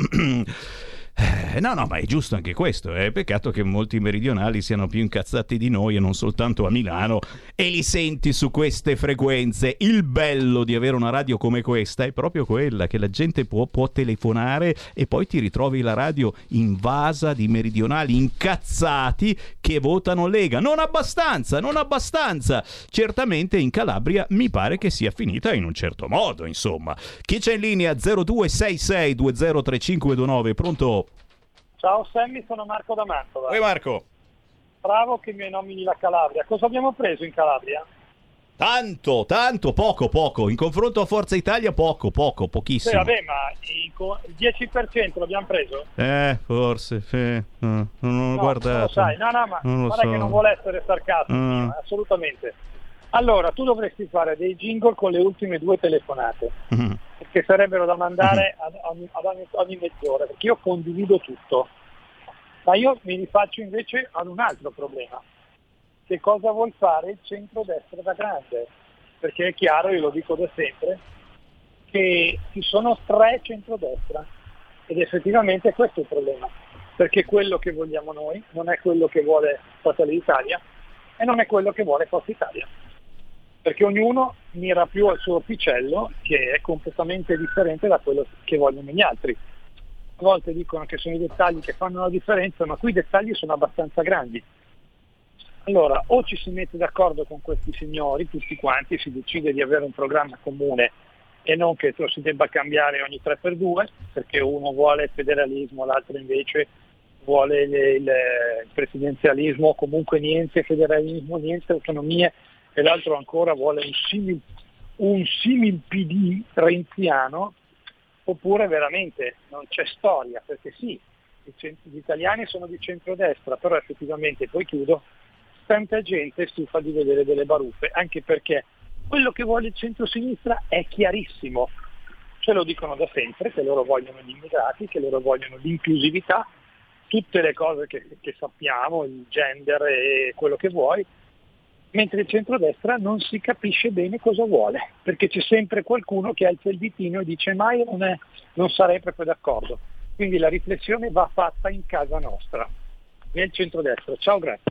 No, no, ma è giusto anche questo. È peccato che molti meridionali siano più incazzati di noi, e non soltanto a Milano, e li senti su queste frequenze. Il bello di avere una radio come questa è proprio quella, che la gente può, può telefonare e poi ti ritrovi la radio invasa di meridionali incazzati che votano Lega. Non abbastanza, non abbastanza. Certamente in Calabria mi pare che sia finita in un certo modo, insomma. Chi c'è in linea? zero due sei sei due zero tre cinque due nove. Pronto? Ciao Sammy, sono Marco da Mantova. Oi Marco. Bravo che mi nomini la Calabria. Cosa abbiamo preso in Calabria? Tanto, tanto, poco, poco. In confronto a Forza Italia poco, poco, pochissimo. Sì, vabbè, ma il dieci per cento l'abbiamo preso? Eh, forse, sì. No, non ho no, guardato. Non lo sai, no, no, ma non guarda so. Che non vuole essere sarcastico, mm. assolutamente. Allora, tu dovresti fare dei jingle con le ultime due telefonate, mm. che sarebbero da mandare ad, ad, ad ogni, ogni mezz'ora, perché io condivido tutto. Ma io mi rifaccio invece ad un altro problema. Che cosa vuol fare il centrodestra da grande? Perché è chiaro, io lo dico da sempre, che ci sono tre centrodestra, ed effettivamente questo è il problema, perché quello che vogliamo noi non è quello che vuole Fratelli d'Italia, e non è quello che vuole Forza Italia, perché ognuno mira più al suo orticello, che è completamente differente da quello che vogliono gli altri. A volte dicono che sono i dettagli che fanno la differenza, ma qui i dettagli sono abbastanza grandi. Allora, o ci si mette d'accordo con questi signori, tutti quanti, si decide di avere un programma comune e non che lo si debba cambiare ogni tre per due, perché uno vuole il federalismo, l'altro invece vuole il, il, il presidenzialismo, comunque niente federalismo, niente autonomie, e l'altro ancora vuole un simil, un simil P D renziano, oppure veramente non c'è storia, perché sì, gli italiani sono di centrodestra, però effettivamente, poi chiudo, tanta gente stufa di vedere delle baruffe, anche perché quello che vuole il centro-sinistra è chiarissimo, ce lo dicono da sempre, che loro vogliono gli immigrati, che loro vogliono l'inclusività, tutte le cose che, che sappiamo, il gender e quello che vuoi, mentre il centrodestra non si capisce bene cosa vuole, perché c'è sempre qualcuno che alza il ditino e dice ma io non, è, non sarei proprio d'accordo. Quindi la riflessione va fatta in casa nostra, nel centrodestra. Ciao, grazie.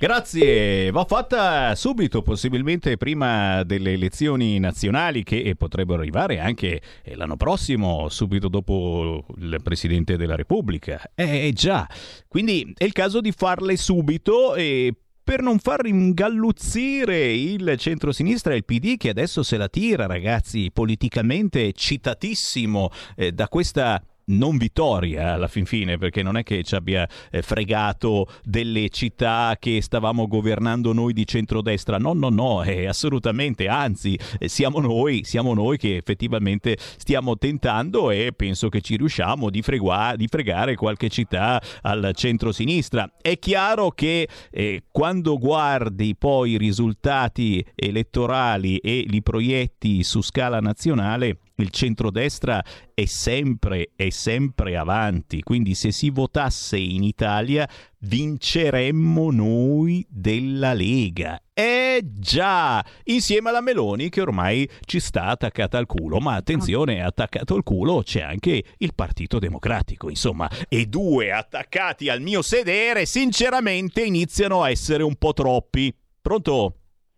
Grazie, va fatta subito, possibilmente prima delle elezioni nazionali che potrebbero arrivare anche l'anno prossimo, subito dopo il Presidente della Repubblica. Eh già, quindi è il caso di farle subito e per non far ingalluzzire il centrosinistra e il P D, che adesso se la tira, ragazzi, politicamente citatissimo eh, da questa non vittoria alla fin fine, perché non è che ci abbia eh, fregato delle città che stavamo governando noi di centrodestra, no no no, eh, assolutamente, anzi eh, siamo noi siamo noi che effettivamente stiamo tentando, e penso che ci riusciamo di, fregua- di fregare qualche città al centrosinistra. È chiaro che eh, quando guardi poi i risultati elettorali e li proietti su scala nazionale, il centrodestra è sempre, è sempre avanti, quindi se si votasse in Italia vinceremmo noi della Lega. Eh già, insieme alla Meloni che ormai ci sta attaccata al culo, ma attenzione, attaccato al culo c'è anche il Partito Democratico, insomma, e due attaccati al mio sedere sinceramente iniziano a essere un po' troppi. Pronto?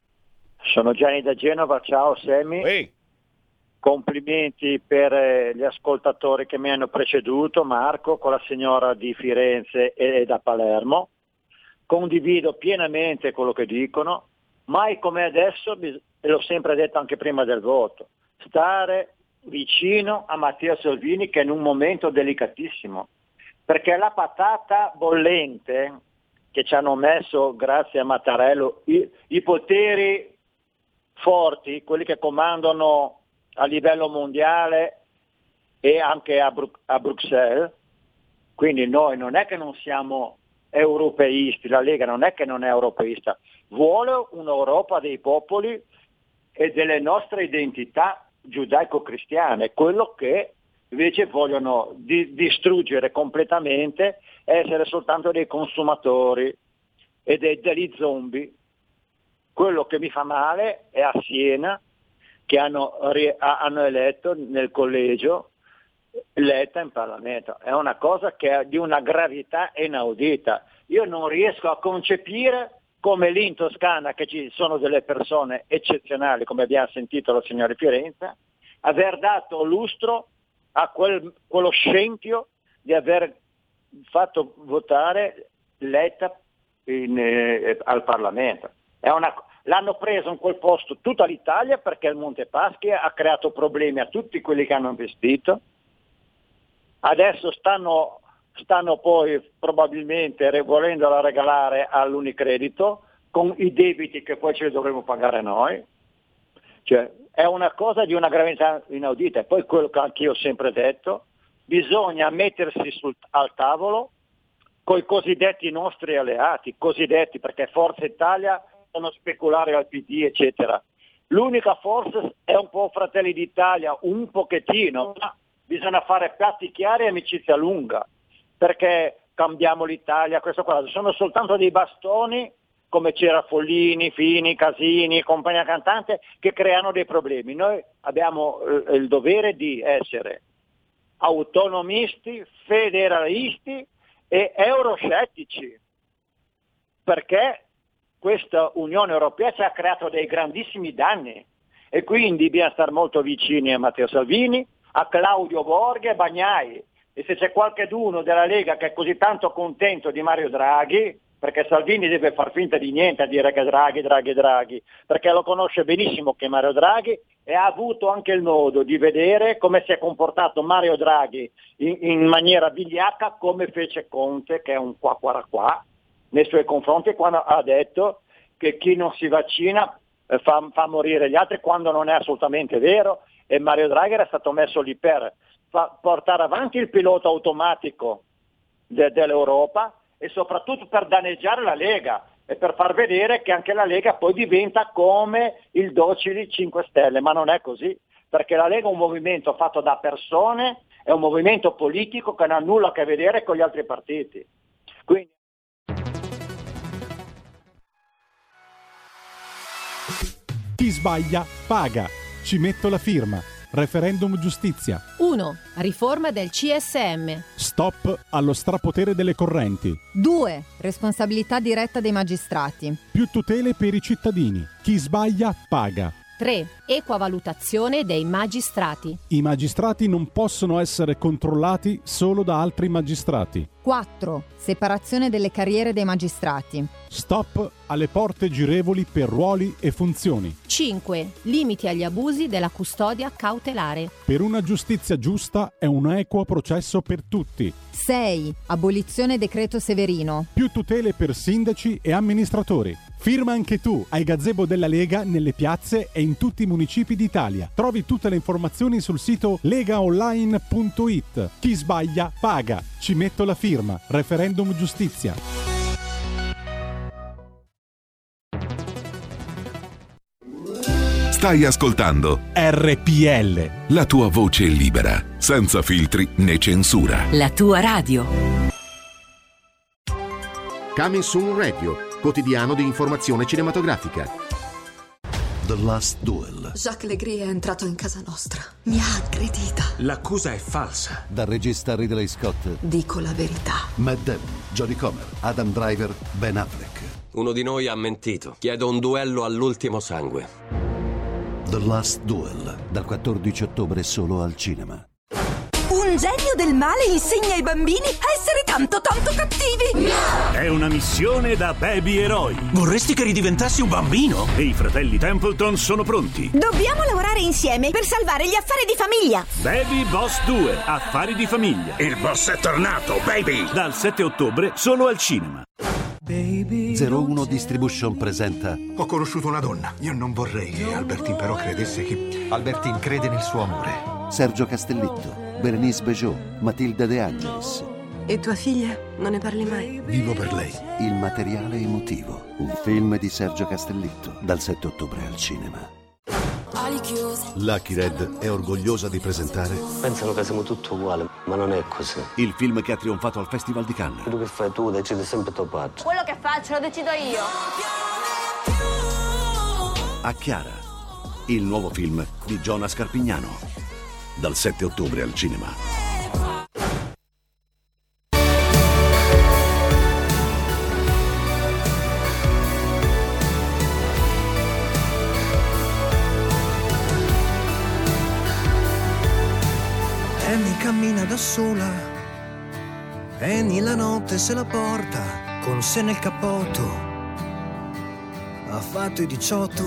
Sono Gianni da Genova, ciao Sammy. Ehi. Complimenti per eh, gli ascoltatori che mi hanno preceduto, Marco, con la signora di Firenze e da Palermo. Condivido pienamente quello che dicono, mai come adesso, e l'ho sempre detto anche prima del voto, stare vicino a Matteo Salvini, che è in un momento delicatissimo, perché la patata bollente che ci hanno messo grazie a Mattarello, i, i poteri forti, quelli che comandano a livello mondiale e anche a, Bru- a Bruxelles, quindi noi non è che non siamo europeisti, la Lega non è che non è europeista, vuole un'Europa dei popoli e delle nostre identità giudaico-cristiane, quello che invece vogliono di- distruggere completamente, essere soltanto dei consumatori e dei, degli zombie. Quello che mi fa male è a Siena, che hanno, hanno eletto nel collegio Letta in Parlamento. È una cosa che è di una gravità inaudita. Io non riesco a concepire come lì in Toscana, che ci sono delle persone eccezionali, come abbiamo sentito la signora Firenze, aver dato lustro a quel, quello scempio di aver fatto votare Letta in, eh, al Parlamento. È una L'hanno preso in quel posto tutta l'Italia perché il Montepaschi ha creato problemi a tutti quelli che hanno investito. Adesso stanno, stanno poi probabilmente volendola regalare all'Unicredito con i debiti che poi ce li dovremo pagare noi. Cioè, è una cosa di una gravità inaudita. E poi quello che anche io ho sempre detto, bisogna mettersi sul, al tavolo con i cosiddetti nostri alleati, cosiddetti perché Forza Italia sono speculare al P D, eccetera. L'unica forza è un po' Fratelli d'Italia, un pochettino, ma bisogna fare piatti chiari e amicizia lunga, perché cambiamo l'Italia, questo qua, sono soltanto dei bastoni, come c'era Follini, Fini, Casini, compagnia cantante, che creano dei problemi. Noi abbiamo eh, il dovere di essere autonomisti, federalisti e euroscettici, perché questa Unione Europea ci ha creato dei grandissimi danni e quindi bisogna stare molto vicini a Matteo Salvini, a Claudio Borghi e Bagnai. E se c'è qualcuno della Lega che è così tanto contento di Mario Draghi, perché Salvini deve far finta di niente a dire che Draghi, Draghi, Draghi, perché lo conosce benissimo che Mario Draghi e ha avuto anche il modo di vedere come si è comportato Mario Draghi in, in maniera vigliacca, come fece Conte, che è un qua qua qua, nei suoi confronti, quando ha detto che chi non si vaccina eh, fa, fa morire gli altri, quando non è assolutamente vero, e Mario Draghi era stato messo lì per fa, portare avanti il pilota automatico de, dell'Europa, e soprattutto per danneggiare la Lega e per far vedere che anche la Lega poi diventa come il docili cinque Stelle, ma non è così, perché la Lega è un movimento fatto da persone, è un movimento politico che non ha nulla a che vedere con gli altri partiti. Quindi... Chi sbaglia paga. Ci metto la firma. Referendum giustizia. uno. Riforma del C S M. Stop allo strapotere delle correnti. due. Responsabilità diretta dei magistrati. Più tutele per i cittadini. Chi sbaglia paga. tre. Equa valutazione dei magistrati. I magistrati non possono essere controllati solo da altri magistrati. quattro. Separazione delle carriere dei magistrati. Stop alle porte girevoli per ruoli e funzioni. cinque. Limiti agli abusi della custodia cautelare. Per una giustizia giusta è un equo processo per tutti. sei. Abolizione decreto Severino. Più tutele per sindaci e amministratori. Firma anche tu ai gazebo della Lega nelle piazze e in tutti i municipi d'Italia. Trovi tutte le informazioni sul sito legaonline punto it. Chi sbaglia paga. Ci metto la firma. Referendum giustizia. Stai ascoltando R P L. La tua voce libera, senza filtri né censura. La tua radio. Coming Soon Radio, quotidiano di informazione cinematografica. The Last Duel. Jacques Legris è entrato in casa nostra. Mi ha aggredita. L'accusa è falsa. Dal regista Ridley Scott. Dico la verità. Matt Damon, Jodie Comer, Adam Driver, Ben Affleck. Uno di noi ha mentito. Chiedo un duello all'ultimo sangue. The Last Duel, dal quattordici ottobre solo al cinema. Un genio del male insegna ai bambini a essere tanto tanto cattivi. No! È una missione da baby eroi. Vorresti che ridiventassi un bambino? E i fratelli Templeton sono pronti. Dobbiamo lavorare insieme per salvare gli affari di famiglia. Baby Boss due, affari di famiglia. Il boss è tornato, baby! Dal sette ottobre solo al cinema. zero uno Distribution presenta. Ho conosciuto una donna. Io non vorrei che Albertine però credesse che... Albertine crede nel suo amore. Sergio Castellitto, Berenice Bejo, Matilda De Angelis. E tua figlia? Non ne parli mai? Vivo per lei. Il materiale emotivo. Un film di Sergio Castellitto. Dal sette ottobre al cinema. Lucky Red è orgogliosa di presentare. Pensano che siamo tutti uguali, ma non è così. Il film che ha trionfato al Festival di Cannes. Quello che fai tu decidi sempre tuo padre. Quello che faccio lo decido io. A Chiara, il nuovo film di Giona Scarpignano. Dal sette ottobre al cinema. Annie cammina da sola, Annie la notte se la porta con sé nel cappotto, ha fatto i diciotto.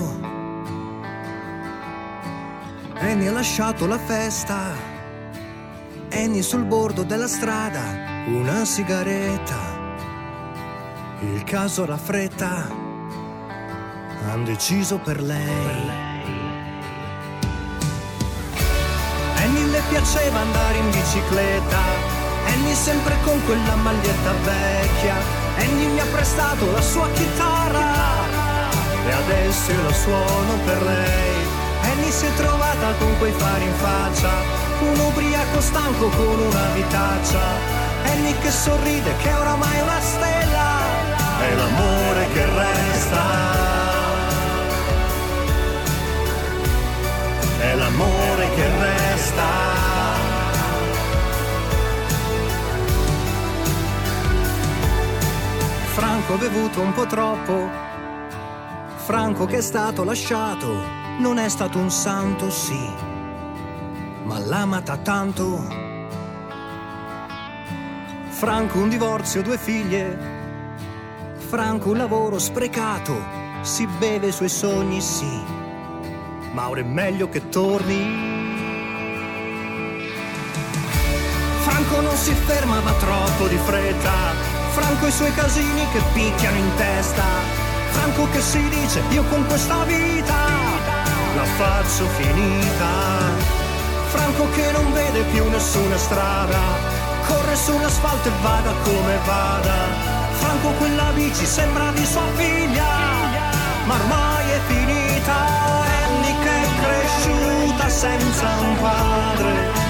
Annie ha lasciato la festa, Annie sul bordo della strada, una sigaretta, il caso la fretta, han deciso per lei. Annie le piaceva andare in bicicletta, Annie sempre con quella maglietta vecchia, Annie mi ha prestato la sua chitarra e adesso io la suono per lei. Annie si è trovata con quei fari in faccia, un ubriaco stanco con una vitaccia, Annie che sorride che oramai è una stella, è l'amore che resta, è l'amore che resta. Franco ha bevuto un po' troppo, Franco che è stato lasciato non è stato un santo, sì, ma l'ha amata tanto. Franco un divorzio, due figlie, Franco un lavoro sprecato, si beve i suoi sogni, sì, ma ora è meglio che torni. Franco non si ferma, va troppo di fretta, Franco i suoi casini che picchiano in testa, Franco che si dice io con questa vita la faccio finita, Franco che non vede più nessuna strada, corre sull'asfalto e vada come vada, Franco quella bici sembra di sua figlia, ma ormai è finita. Annie che è cresciuta senza un padre,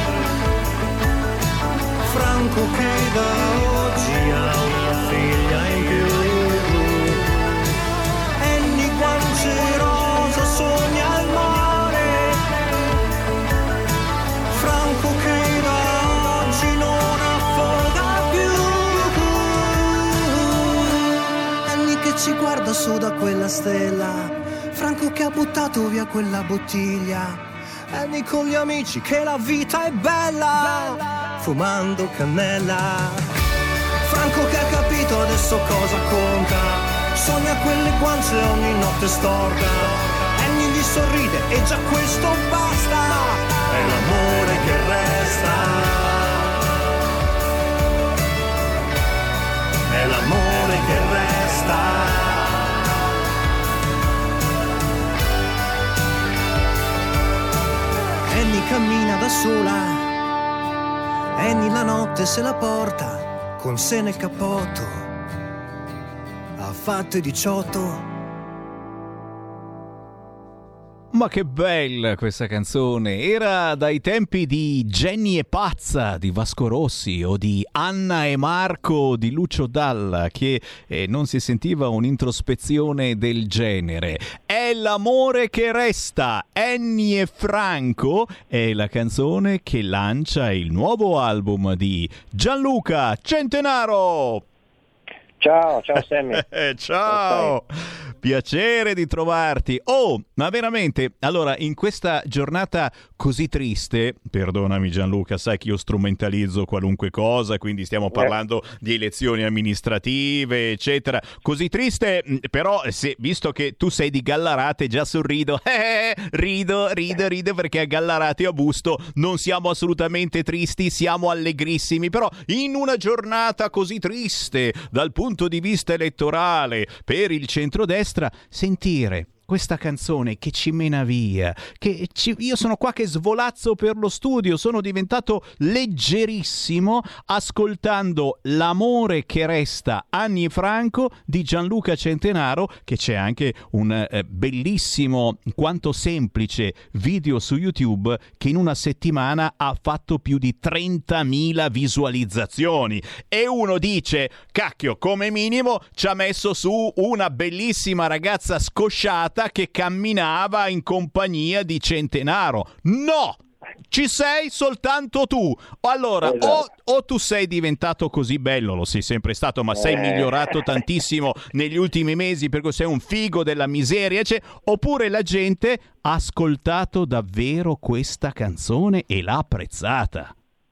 Franco che da oggi ha una figlia in più, Annie guance rosa sogna al mare, Franco che da oggi non affoga più, Annie che ci guarda su da quella stella, Franco che ha buttato via quella bottiglia, Annie con gli amici che la vita è bella, bella. Fumando cannella, Franco che ha capito adesso cosa conta, sogna quelle guance ogni notte storta, Annie gli sorride e già questo basta, è l'amore che resta, è l'amore che resta. Annie cammina da sola, Annie la notte se la porta con sé nel cappotto, ha fatto i diciotto. Ma che bella questa canzone, era dai tempi di Jenny e Pazza di Vasco Rossi o di Anna e Marco di Lucio Dalla, che eh, non si sentiva un'introspezione del genere. È l'amore che resta, Annie e Franco è la canzone che lancia il nuovo album di Gianluca Centenaro. Ciao, ciao Sammy. Ciao, piacere di trovarti. Oh, ma veramente, allora, in questa giornata così triste, perdonami Gianluca, sai che io strumentalizzo qualunque cosa, quindi stiamo parlando eh. di elezioni amministrative, eccetera, così triste, però se, visto che tu sei di Gallarate, già sorrido, eh, rido, rido, rido, perché a Gallarate e a Busto non siamo assolutamente tristi, siamo allegrissimi, però in una giornata così triste, dal punto di vista elettorale per il centrodestra, sentire questa canzone che ci mena via, che ci... io sono qua che svolazzo per lo studio, sono diventato leggerissimo ascoltando L'amore che resta, Annie Franco di Gianluca Centenaro, che c'è anche un eh, bellissimo quanto semplice video su YouTube che in una settimana ha fatto più di trentamila visualizzazioni, e uno dice cacchio, come minimo ci ha messo su una bellissima ragazza scosciata che camminava in compagnia di Centenaro. No! Ci sei soltanto tu. Allora, o, o tu sei diventato così bello, lo sei sempre stato, ma sei migliorato tantissimo negli ultimi mesi perché sei un figo della miseria, cioè, oppure la gente ha ascoltato davvero questa canzone e l'ha apprezzata.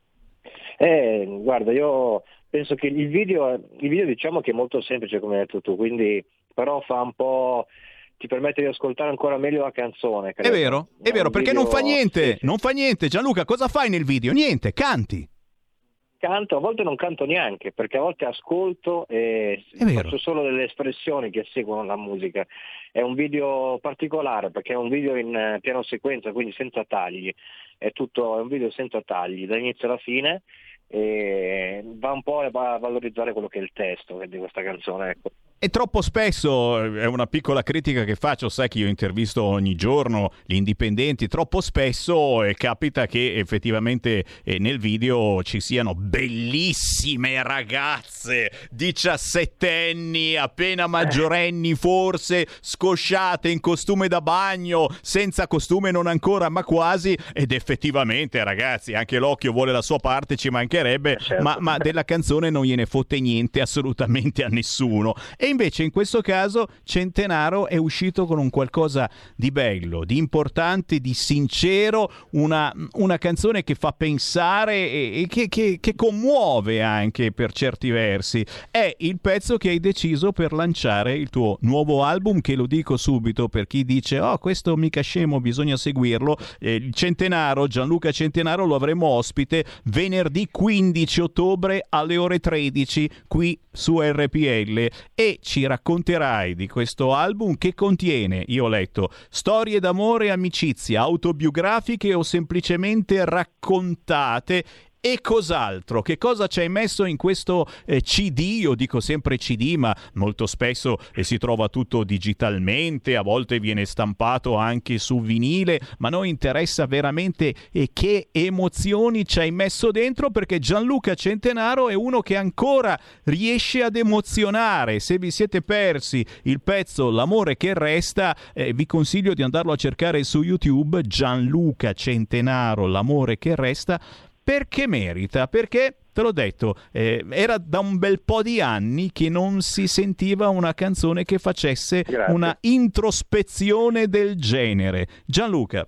Eh, guarda, io penso che il video, il video diciamo che è molto semplice, come hai detto tu, quindi però fa un po'... ti permette di ascoltare ancora meglio la canzone. Credo. È vero, è, è vero, perché video... non fa niente, sì, sì. non fa niente. Gianluca, cosa fai nel video? Niente, canti. Canto, a volte non canto neanche, perché a volte ascolto e faccio solo delle espressioni che seguono la musica. È un video particolare, perché è un video in piano sequenza, quindi senza tagli. È tutto, è un video senza tagli, dall'inizio alla fine, e va un po' a valorizzare quello che è il testo di questa canzone, ecco. E troppo spesso, è una piccola critica che faccio, sai che io intervisto ogni giorno gli indipendenti, troppo spesso eh, capita che effettivamente eh, nel video ci siano bellissime ragazze, diciassettenni, appena maggiorenni forse, scosciate in costume da bagno, senza costume non ancora ma quasi, ed effettivamente ragazzi anche l'occhio vuole la sua parte, ci mancherebbe, certo. ma, ma della canzone non gliene fotte niente assolutamente a nessuno. E invece in questo caso Centenaro è uscito con un qualcosa di bello, di importante, di sincero, una, una canzone che fa pensare e, e che, che, che commuove anche per certi versi. È il pezzo che hai deciso per lanciare il tuo nuovo album, che lo dico subito per chi dice oh questo mica scemo, bisogna seguirlo. Eh, il Centenaro, Gianluca Centenaro, lo avremo ospite venerdì quindici ottobre alle ore tredici qui su R P L e ci racconterai di questo album che contiene, io ho letto, storie d'amore e amicizia, autobiografiche o semplicemente raccontate. E cos'altro? Che cosa ci hai messo in questo eh, C D? Io dico sempre C D, ma molto spesso eh, si trova tutto digitalmente, a volte viene stampato anche su vinile, ma a noi interessa veramente eh, che emozioni ci hai messo dentro, perché Gianluca Centenaro è uno che ancora riesce ad emozionare. Se vi siete persi il pezzo L'amore che resta, eh, vi consiglio di andarlo a cercare su YouTube, Gianluca Centenaro, L'amore che resta, perché merita, perché, te l'ho detto, eh, era da un bel po' di anni che non si sentiva una canzone che facesse Grazie. Una introspezione del genere. Gianluca.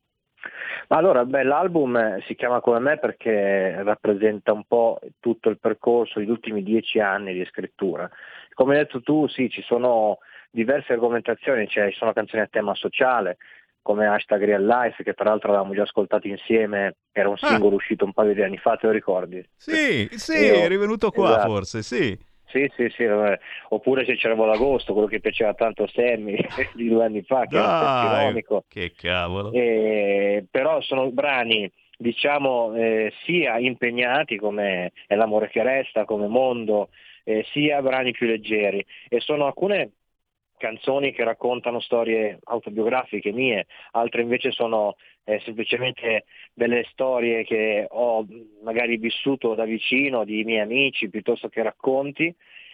Allora, beh, l'album si chiama come me perché rappresenta un po' tutto il percorso degli ultimi dieci anni di scrittura. Come hai detto tu, sì, ci sono diverse argomentazioni, cioè ci sono canzoni a tema sociale, come Hashtag Real Life, che tra l'altro avevamo già ascoltato insieme, era un singolo ah. uscito un paio di anni fa, te lo ricordi? Sì, sì, Io, è rivenuto qua esatto. forse, sì. Sì, sì, sì, vabbè. Oppure Se c'era l'agosto, quello che piaceva tanto a Sammy di due anni fa, che Dai, era economico. Che cavolo. E, però sono brani, diciamo, eh, sia impegnati come È l'amore che resta, come Mondo, eh, sia brani più leggeri. E sono alcune canzoni che raccontano storie autobiografiche mie, altre invece sono eh, semplicemente delle storie che ho magari vissuto da vicino, di miei amici, piuttosto che racconti,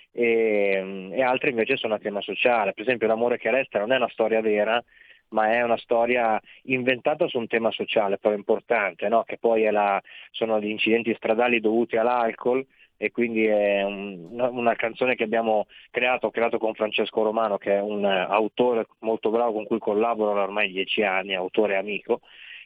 e, e altre invece sono a tema sociale. Per esempio L'amore che resta non è una storia vera, ma è una storia inventata su un tema sociale però importante, no? Che poi è la, sono gli incidenti stradali dovuti all'alcol, e quindi è un, una canzone che abbiamo creato, creato con Francesco Romano, che è un uh, autore molto bravo con cui collaboro da ormai dieci anni, autore e amico,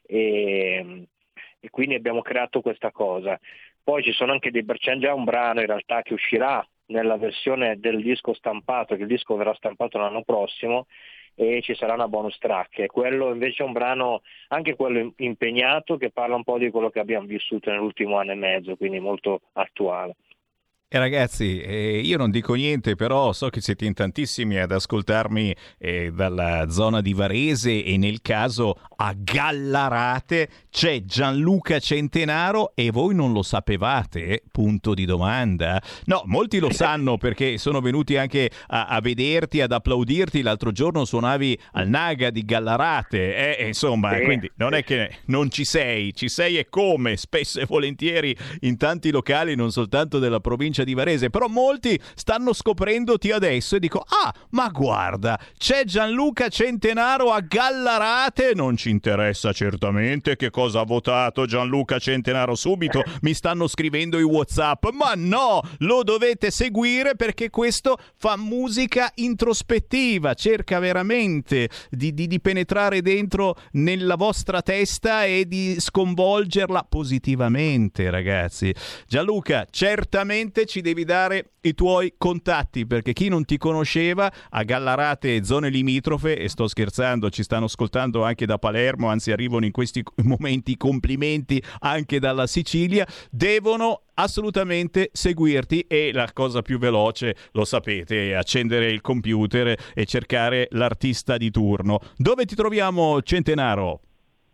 e, e quindi abbiamo creato questa cosa. Poi ci sono anche dei, c'è già un brano in realtà che uscirà nella versione del disco stampato, che il disco verrà stampato l'anno prossimo, e ci sarà una bonus track, e quello invece è un brano, anche quello impegnato, che parla un po' di quello che abbiamo vissuto nell'ultimo anno e mezzo, quindi molto attuale. E ragazzi, eh, io non dico niente, però so che siete in tantissimi ad ascoltarmi eh, dalla zona di Varese, e nel caso a Gallarate c'è Gianluca Centenaro e voi non lo sapevate? Punto di domanda. No, molti lo sanno perché sono venuti anche a, a vederti, ad applaudirti. L'altro giorno suonavi al Naga di Gallarate, eh, insomma, sì. Quindi non è che non ci sei, ci sei e come, spesso e volentieri in tanti locali, non soltanto della provincia di Varese, però molti stanno scoprendoti adesso e dico ah ma guarda, c'è Gianluca Centenaro a Gallarate. Non ci interessa certamente che cosa ha votato Gianluca Centenaro, subito mi stanno scrivendo i WhatsApp, ma no, lo dovete seguire perché questo fa musica introspettiva, cerca veramente di, di, di penetrare dentro nella vostra testa e di sconvolgerla positivamente, ragazzi. Gianluca, certamente ci devi dare i tuoi contatti, perché chi non ti conosceva a Gallarate e zone limitrofe, e sto scherzando, ci stanno ascoltando anche da Palermo, anzi arrivano in questi momenti complimenti anche dalla Sicilia, devono assolutamente seguirti, e la cosa più veloce, lo sapete, è accendere il computer e cercare l'artista di turno. Dove ti troviamo, Centenaro?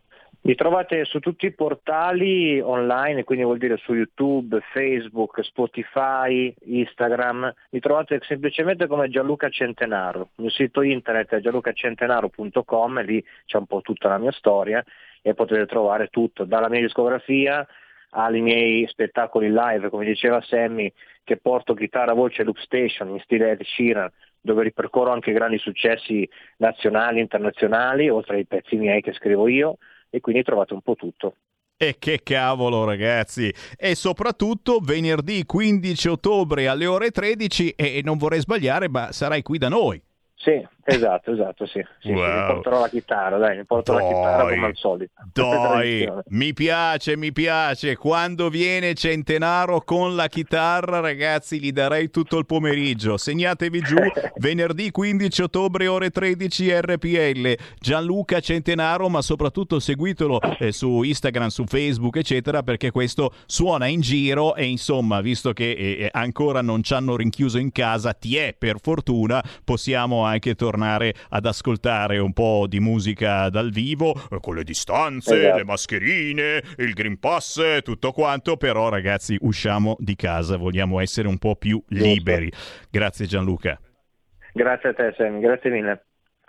Mi trovate su tutti i portali online, quindi vuol dire su YouTube, Facebook, Spotify, Instagram. Mi trovate semplicemente come Gianluca Centenaro. Il mio sito internet è gianlucacentenaro punto com, e lì c'è un po' tutta la mia storia e potete trovare tutto, dalla mia discografia ai miei spettacoli live, come diceva Sammy, che porto chitarra, voce e loop station in stile Ed Sheeran, dove ripercorro anche grandi successi nazionali e internazionali, oltre ai pezzi miei che scrivo io, e quindi trovate un po' tutto. E che cavolo, ragazzi! E soprattutto venerdì quindici ottobre alle ore tredici, e non vorrei sbagliare, ma sarai qui da noi. Sì, esatto, esatto, sì. sì, wow. sì mi porterò la chitarra, dai, mi porto dai, la chitarra come al solito. Dai, mi piace, mi piace. Quando viene Centenaro con la chitarra, ragazzi, gli darei tutto il pomeriggio. Segnatevi giù, venerdì quindici ottobre ore tredici R P L. Gianluca Centenaro, ma soprattutto seguitelo eh, su Instagram, su Facebook, eccetera, perché questo suona in giro e insomma, visto che eh, ancora non ci hanno rinchiuso in casa, ti è per fortuna, possiamo anche tornare ad ascoltare un po' di musica dal vivo, con le distanze, esatto. le mascherine, il Green Pass, tutto quanto, però ragazzi usciamo di casa, vogliamo essere un po' più liberi. Grazie Gianluca. Grazie a te Sam, grazie mille.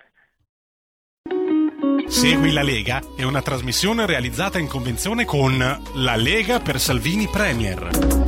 Segui la Lega è una trasmissione realizzata in convenzione con La Lega per Salvini Premier.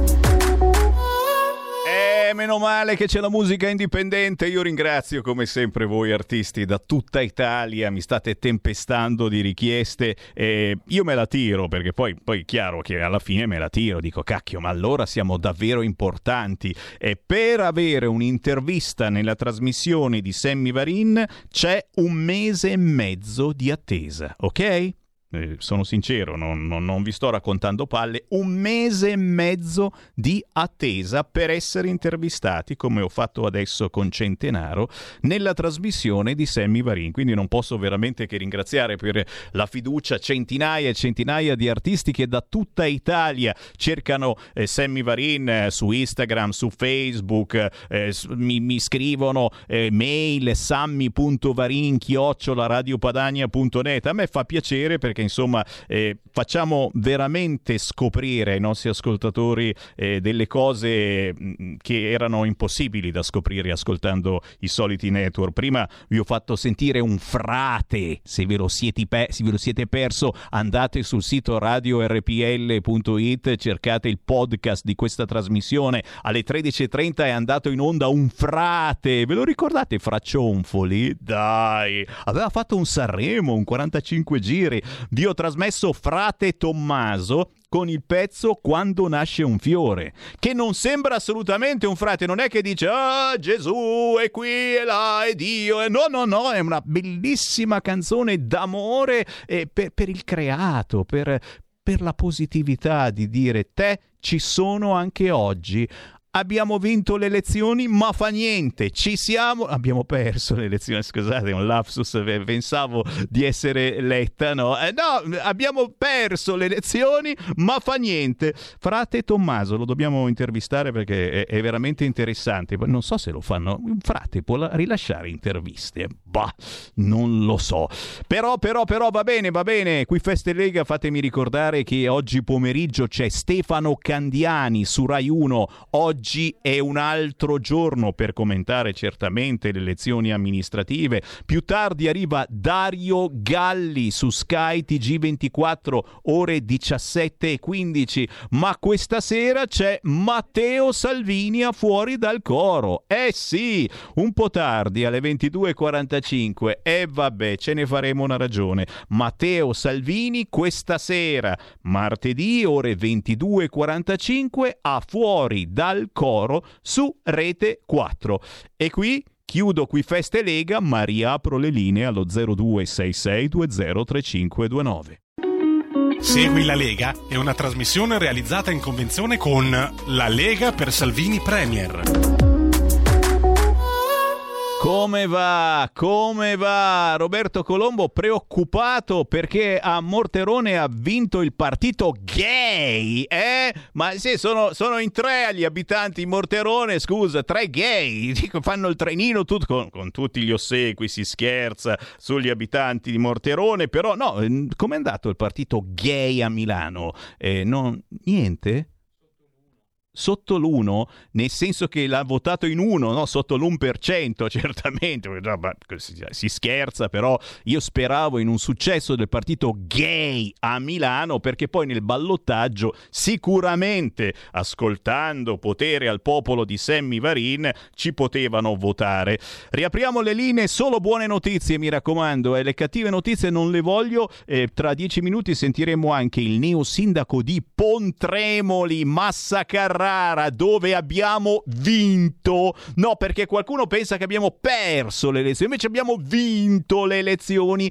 Meno male che c'è la musica indipendente. Io ringrazio come sempre voi artisti da tutta Italia, mi state tempestando di richieste e io me la tiro, perché poi poi chiaro che alla fine me la tiro, dico cacchio, ma allora siamo davvero importanti. E per avere un'intervista nella trasmissione di Sammy Varin c'è un mese e mezzo di attesa, ok? Eh, sono sincero, non, non, non vi sto raccontando palle, un mese e mezzo di attesa per essere intervistati, come ho fatto adesso con Centenaro, nella trasmissione di Sammy Varin. Quindi non posso veramente che ringraziare per la fiducia centinaia e centinaia di artisti che da tutta Italia cercano eh, Sammy Varin eh, su Instagram, su Facebook, eh, mi, mi scrivono eh, mail sammy punto varin chiocciola radiopadania punto net. A me fa piacere perché insomma eh, facciamo veramente scoprire ai nostri ascoltatori eh, delle cose mh, che erano impossibili da scoprire ascoltando i soliti network. Prima vi ho fatto sentire un frate, se ve lo siete, pe- se ve lo siete perso andate sul sito radio r p l punto i t, cercate il podcast di questa trasmissione. Alle tredici e trenta è andato in onda un frate, ve lo ricordate Fraccionfoli? Dai, aveva fatto un Sanremo, un quarantacinque giri. Vi ho trasmesso Frate Tommaso con il pezzo Quando nasce un fiore, che non sembra assolutamente un frate, non è che dice ah Gesù è qui e là e Dio e no no no, è una bellissima canzone d'amore eh, per, per il creato, per, per la positività di dire te ci sono anche oggi. Abbiamo vinto le elezioni, ma fa niente, ci siamo, abbiamo perso le elezioni, scusate, un lapsus, pensavo di essere Letta, no? Eh, no, abbiamo perso le elezioni, ma fa niente. Frate Tommaso, lo dobbiamo intervistare perché è, è veramente interessante, non so se lo fanno, un frate può rilasciare interviste, bah, non lo so, però, però, però va bene, va bene, qui Feste Lega, fatemi ricordare che oggi pomeriggio c'è Stefano Candiani su Rai uno, oggi Oggi è un altro giorno per commentare certamente le elezioni amministrative. Più tardi arriva Dario Galli su Sky T G ventiquattro, ore diciassette e quindici. Ma questa sera c'è Matteo Salvini a Fuori dal Coro. Eh sì, un po' tardi, alle ventidue e quarantacinque. E eh vabbè, ce ne faremo una ragione. Matteo Salvini questa sera, martedì, ore ventidue e quarantacinque, a Fuori dal Coro su Rete quattro. E qui chiudo qui Feste Lega, ma riapro le linee allo zero due sei sei due zero tre cinque due nove. Segui la Lega è una trasmissione realizzata in convenzione con La Lega per Salvini Premier. Come va? Come va? Roberto Colombo preoccupato perché a Morterone ha vinto il partito gay, eh? Ma sì, sono, sono in tre gli abitanti di Morterone, scusa, tre gay, dico, fanno il trenino tutto, con, con tutti gli ossequi, si scherza sugli abitanti di Morterone, però no, com'è andato il partito gay a Milano? Eh, non, niente? sotto l'uno, nel senso che l'ha votato in uno, no? Sotto l'uno per cento, certamente, si scherza, però io speravo in un successo del partito gay a Milano, perché poi nel ballottaggio sicuramente, ascoltando Potere al Popolo di Sammy Varin, ci potevano votare. Riapriamo le linee, solo buone notizie, mi raccomando, e eh, le cattive notizie non le voglio. Eh, tra dieci minuti sentiremo anche il neo sindaco di Pontremoli, Massa Carrara, dove abbiamo vinto. No, perché qualcuno pensa che abbiamo perso le elezioni, invece abbiamo vinto le elezioni,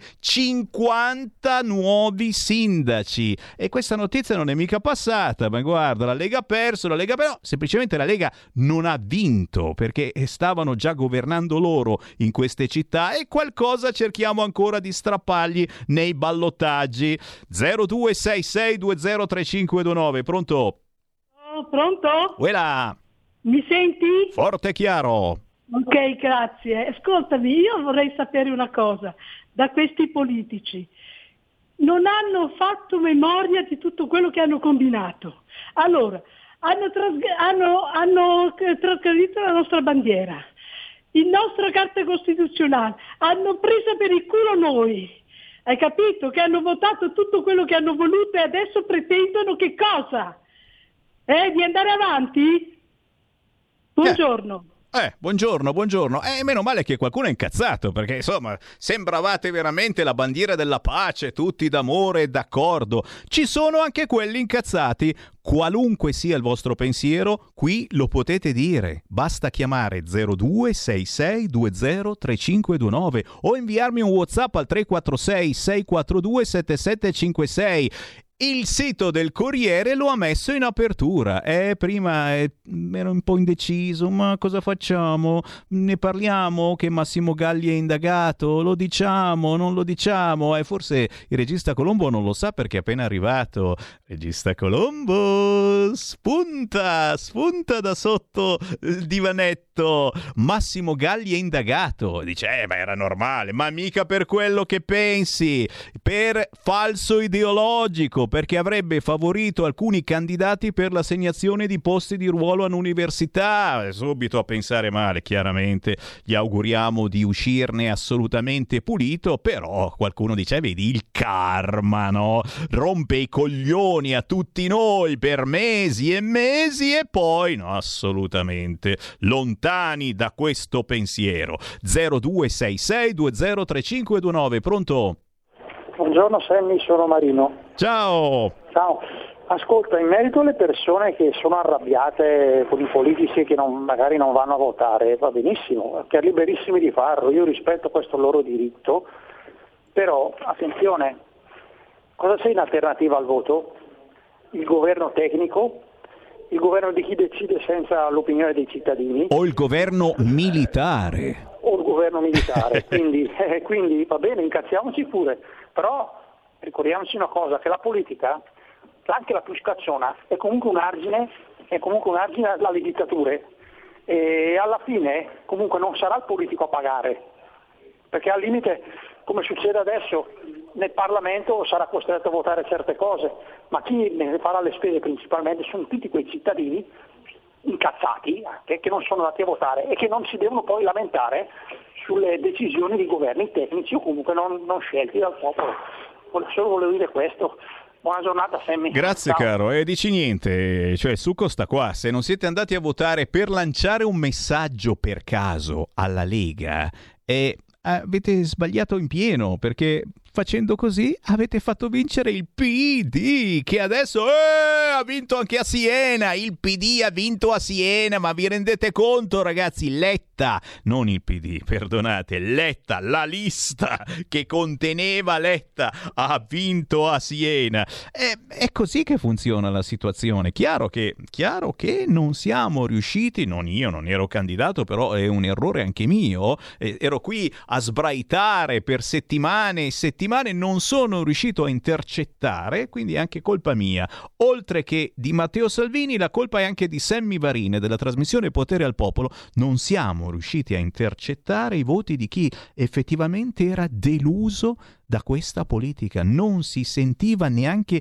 cinquanta nuovi sindaci. E questa notizia non è mica passata, ma guarda, la Lega ha perso, la Lega però semplicemente la Lega non ha vinto, perché stavano già governando loro in queste città e qualcosa cerchiamo ancora di strappargli nei ballottaggi. zero due sei sei due zero tre cinque due nove. Pronto? Oh, pronto? Uela. Mi senti? Forte e chiaro. Ok, grazie. Ascoltami, io vorrei sapere una cosa da questi politici. Non hanno fatto memoria di tutto quello che hanno combinato. Allora, hanno, trasg- hanno, hanno trasgredito la nostra bandiera, la nostra carta costituzionale, hanno preso per il culo noi. Hai capito? Che hanno votato tutto quello che hanno voluto e adesso pretendono che cosa? Eh, di andare avanti? Buongiorno. Eh. Eh, buongiorno, buongiorno. Eh, meno male che qualcuno è incazzato, perché insomma sembravate veramente la bandiera della pace, tutti d'amore e d'accordo. Ci sono anche quelli incazzati. Qualunque sia il vostro pensiero, qui lo potete dire. Basta chiamare zero due sei sei due zero tre cinque due nove o inviarmi un WhatsApp al tre quattro sei sei quattro due sette sette cinque sei. Il sito del Corriere lo ha messo in apertura. Eh, prima eh, ero un po' indeciso, ma cosa facciamo? Ne parliamo che Massimo Galli è indagato? Lo diciamo, non lo diciamo? Eh, forse il regista Colombo non lo sa perché è appena arrivato. Regista Colombo, spunta, spunta da sotto il divanetto. Massimo Galli è indagato. Dice, eh, ma era normale, ma mica per quello che pensi, per falso ideologico, perché avrebbe favorito alcuni candidati per l'assegnazione di posti di ruolo all'università. Subito a pensare male, chiaramente. Gli auguriamo di uscirne assolutamente pulito, però qualcuno dice, vedi, il karma, no? Rompe i coglioni a tutti noi per mesi e mesi e poi, no, assolutamente lontani da questo pensiero. zero due sei sei due zero tre cinque due nove, pronto? Buongiorno Sammy, sono Marino. Ciao. Ciao. Ascolta, in merito alle persone che sono arrabbiate con i politici che non, magari non vanno a votare, va benissimo, che è liberissimi di farlo, io rispetto questo loro diritto, però attenzione, cosa c'è in alternativa al voto? Il governo tecnico, il governo di chi decide senza l'opinione dei cittadini. O il governo militare. O il governo militare, quindi, eh, quindi va bene, incazziamoci pure, però ricordiamoci una cosa, che la politica, anche la più scacciona, è comunque un argine, è comunque un argine alle dittature e alla fine comunque non sarà il politico a pagare, perché al limite, come succede adesso, nel Parlamento sarà costretto a votare certe cose, ma chi ne farà le spese principalmente sono tutti quei cittadini incazzati che, che non sono andati a votare e che non si devono poi lamentare sulle decisioni di governi tecnici o comunque non, non scelti dal popolo. Solo volevo dire questo. Buona giornata Sammy. Grazie. Ciao. Caro, e dici niente, cioè il succo sta qua. Se non siete andati a votare per lanciare un messaggio per caso alla Lega, e avete sbagliato in pieno, perché facendo così avete fatto vincere il P D, che adesso eh, ha vinto anche a Siena. Il P D ha vinto a Siena, ma vi rendete conto, ragazzi? Letta, non il P D, perdonate, Letta, la lista che conteneva Letta ha vinto a Siena. È, è così che funziona la situazione. Chiaro che, chiaro che non siamo riusciti, non io, non ero candidato, però è un errore anche mio. Eh, ero qui a sbraitare per settimane e settimane, non sono riuscito a intercettare, quindi è anche colpa mia. Oltre che di Matteo Salvini, la colpa è anche di Sammy Varin della trasmissione Potere al Popolo. Non siamo siamo riusciti a intercettare i voti di chi effettivamente era deluso da questa politica, non si sentiva neanche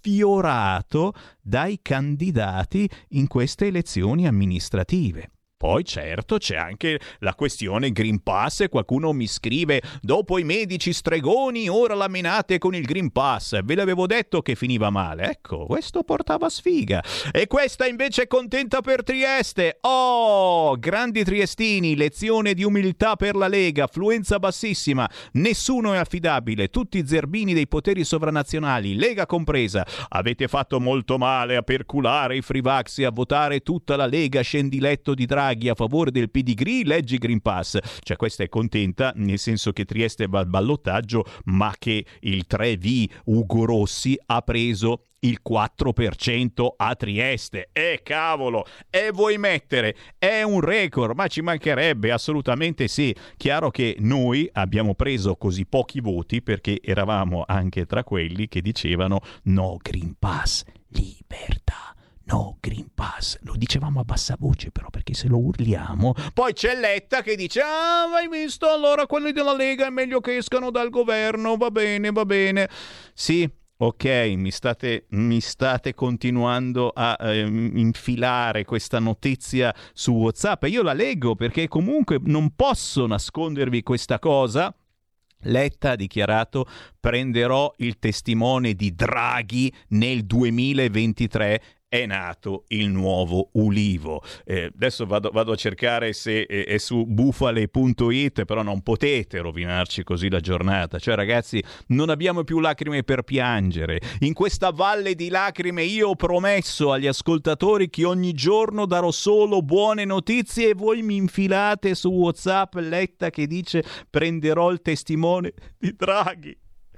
sfiorato dai candidati in queste elezioni amministrative. Poi certo c'è anche la questione Green Pass e qualcuno mi scrive: dopo i medici stregoni ora la menate con il Green Pass, ve l'avevo detto che finiva male. Ecco, questo portava sfiga. E questa invece è contenta per Trieste. Oh, grandi triestini, lezione di umiltà per la Lega, affluenza bassissima, nessuno è affidabile, tutti zerbini dei poteri sovranazionali, Lega compresa. Avete fatto molto male a perculare i frivax e a votare tutta la Lega scendiletto di Draghi a favore del pedigree, leggi Green Pass. Cioè questa è contenta nel senso che Trieste va al ballottaggio, ma che il tre V Ugo Rossi ha preso il quattro per cento a Trieste. E eh, cavolo, e vuoi mettere? È un record, ma ci mancherebbe, assolutamente sì. Chiaro che noi abbiamo preso così pochi voti perché eravamo anche tra quelli che dicevano no Green Pass, libertà. No Green Pass, lo dicevamo a bassa voce però, perché se lo urliamo poi c'è Letta che dice: ah, hai visto, allora quelli della Lega è meglio che escano dal governo, va bene, va bene. Sì, ok, mi state, mi state continuando a eh, infilare questa notizia su WhatsApp e io la leggo perché comunque non posso nascondervi questa cosa. Letta ha dichiarato: prenderò il testimone di Draghi nel duemilaventitré. È nato il nuovo Ulivo. Eh, adesso vado, vado a cercare se è, è su bufale punto it, però non potete rovinarci così la giornata. Cioè ragazzi, non abbiamo più lacrime per piangere. In questa valle di lacrime io ho promesso agli ascoltatori che ogni giorno darò solo buone notizie e voi mi infilate su WhatsApp Letta che dice prenderò il testimone di Draghi.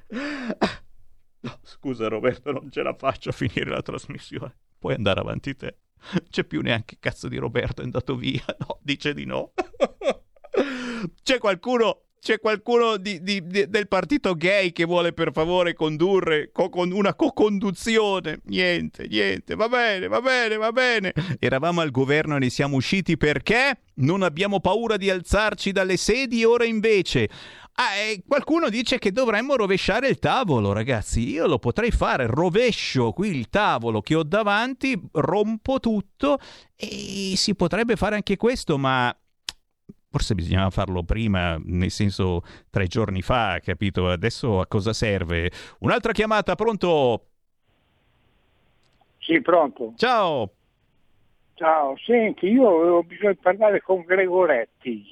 No, scusa Roberto, non ce la faccio a finire la trasmissione. Puoi andare avanti te. C'è più neanche cazzo di Roberto, è andato via. No, dice di no. C'è qualcuno, c'è qualcuno di, di, di, del partito gay che vuole per favore condurre co, con una co-conduzione? Niente, niente. Va bene, va bene, va bene. Eravamo al governo e ne siamo usciti perché non abbiamo paura di alzarci dalle sedi, ora invece... Ah, e qualcuno dice che dovremmo rovesciare il tavolo, ragazzi. Io lo potrei fare, rovescio qui il tavolo che ho davanti, rompo tutto e si potrebbe fare anche questo, ma forse bisognava farlo prima, nel senso tre giorni fa, capito? Adesso a cosa serve? Un'altra chiamata, pronto? Sì, pronto. Ciao. Ciao, senti, io avevo bisogno di parlare con Gregoretti.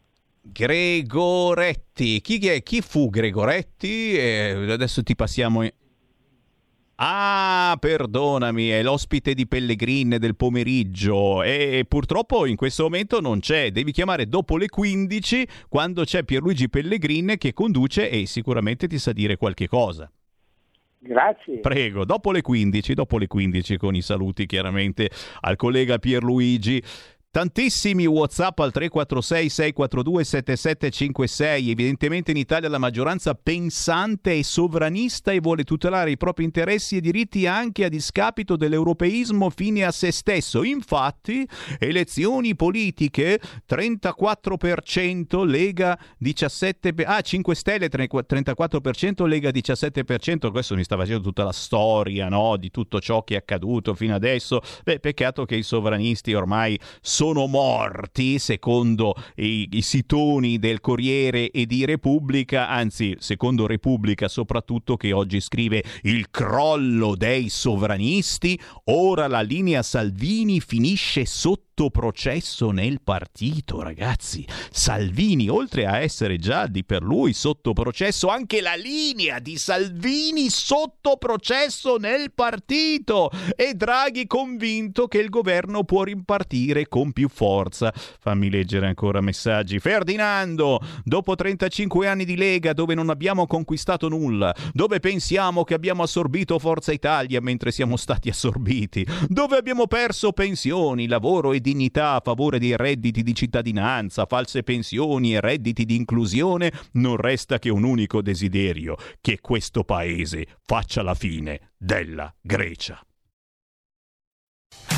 Gregoretti, chi, è, chi fu Gregoretti? Eh, adesso ti passiamo in... Ah, perdonami, è l'ospite di Pellegrin del pomeriggio e purtroppo in questo momento non c'è, devi chiamare dopo le quindici quando c'è Pierluigi Pellegrin che conduce e sicuramente ti sa dire qualche cosa. Grazie. Prego, dopo le quindici, dopo le quindici con i saluti chiaramente al collega Pierluigi. Tantissimi WhatsApp al tre quattro sei sei quattro due sette sette cinque sei. Evidentemente in Italia la maggioranza pensante e sovranista e vuole tutelare i propri interessi e diritti anche a discapito dell'europeismo fine a se stesso. Infatti, elezioni politiche trentaquattro per cento, Lega diciassette per cento, ah cinque Stelle trentaquattro per cento, Lega diciassette per cento. Questo mi sta facendo tutta la storia, no, di tutto ciò che è accaduto fino adesso. Beh, peccato che i sovranisti ormai sono morti, secondo i, i sitoni del Corriere e di Repubblica, anzi, secondo Repubblica soprattutto, che oggi scrive il crollo dei sovranisti, ora la linea Salvini finisce sotto processo nel partito, ragazzi. Salvini, oltre a essere già di per lui sotto processo, anche la linea di Salvini sotto processo nel partito, e Draghi convinto che il governo può ripartire con più forza. Fammi leggere ancora messaggi. Ferdinando, dopo trentacinque anni di Lega dove non abbiamo conquistato nulla, dove pensiamo che abbiamo assorbito Forza Italia mentre siamo stati assorbiti, dove abbiamo perso pensioni, lavoro e dignità a favore dei redditi di cittadinanza, false pensioni e redditi di inclusione, non resta che un unico desiderio: che questo paese faccia la fine della Grecia.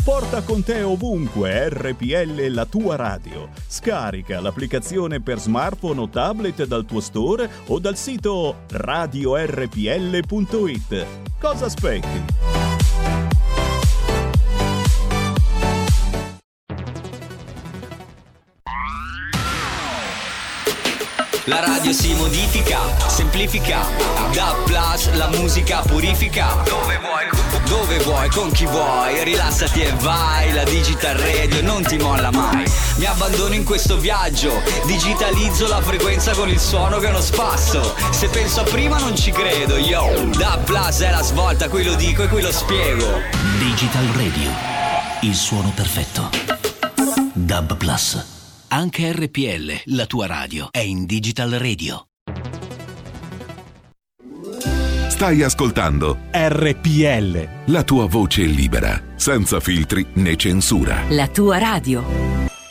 Porta con te ovunque R P L, la tua radio. Scarica l'applicazione per smartphone o tablet dal tuo store o dal sito radio r p l punto i t. Cosa aspetti? La radio si modifica, semplifica, da plus la musica purifica. Dove vuoi, dove vuoi, con chi vuoi, rilassati e vai. La Digital Radio non ti molla mai. Mi abbandono in questo viaggio, digitalizzo la frequenza con il suono che non spasso. Se penso a prima non ci credo, yo. Da plus è la svolta, qui lo dico e qui lo spiego. Digital Radio, il suono perfetto. Dub Plus. Anche R P L, la tua radio, è in Digital Radio. Stai ascoltando R P L, la tua voce libera, senza filtri né censura. La tua radio.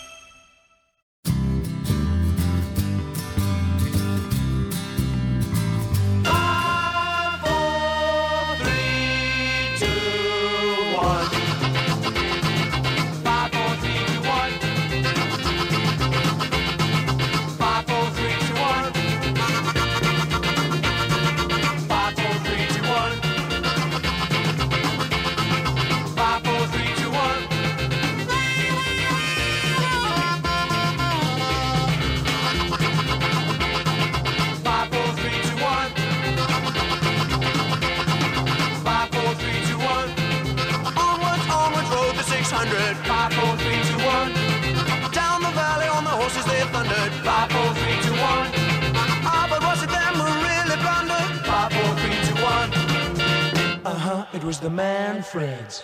The Manfreds.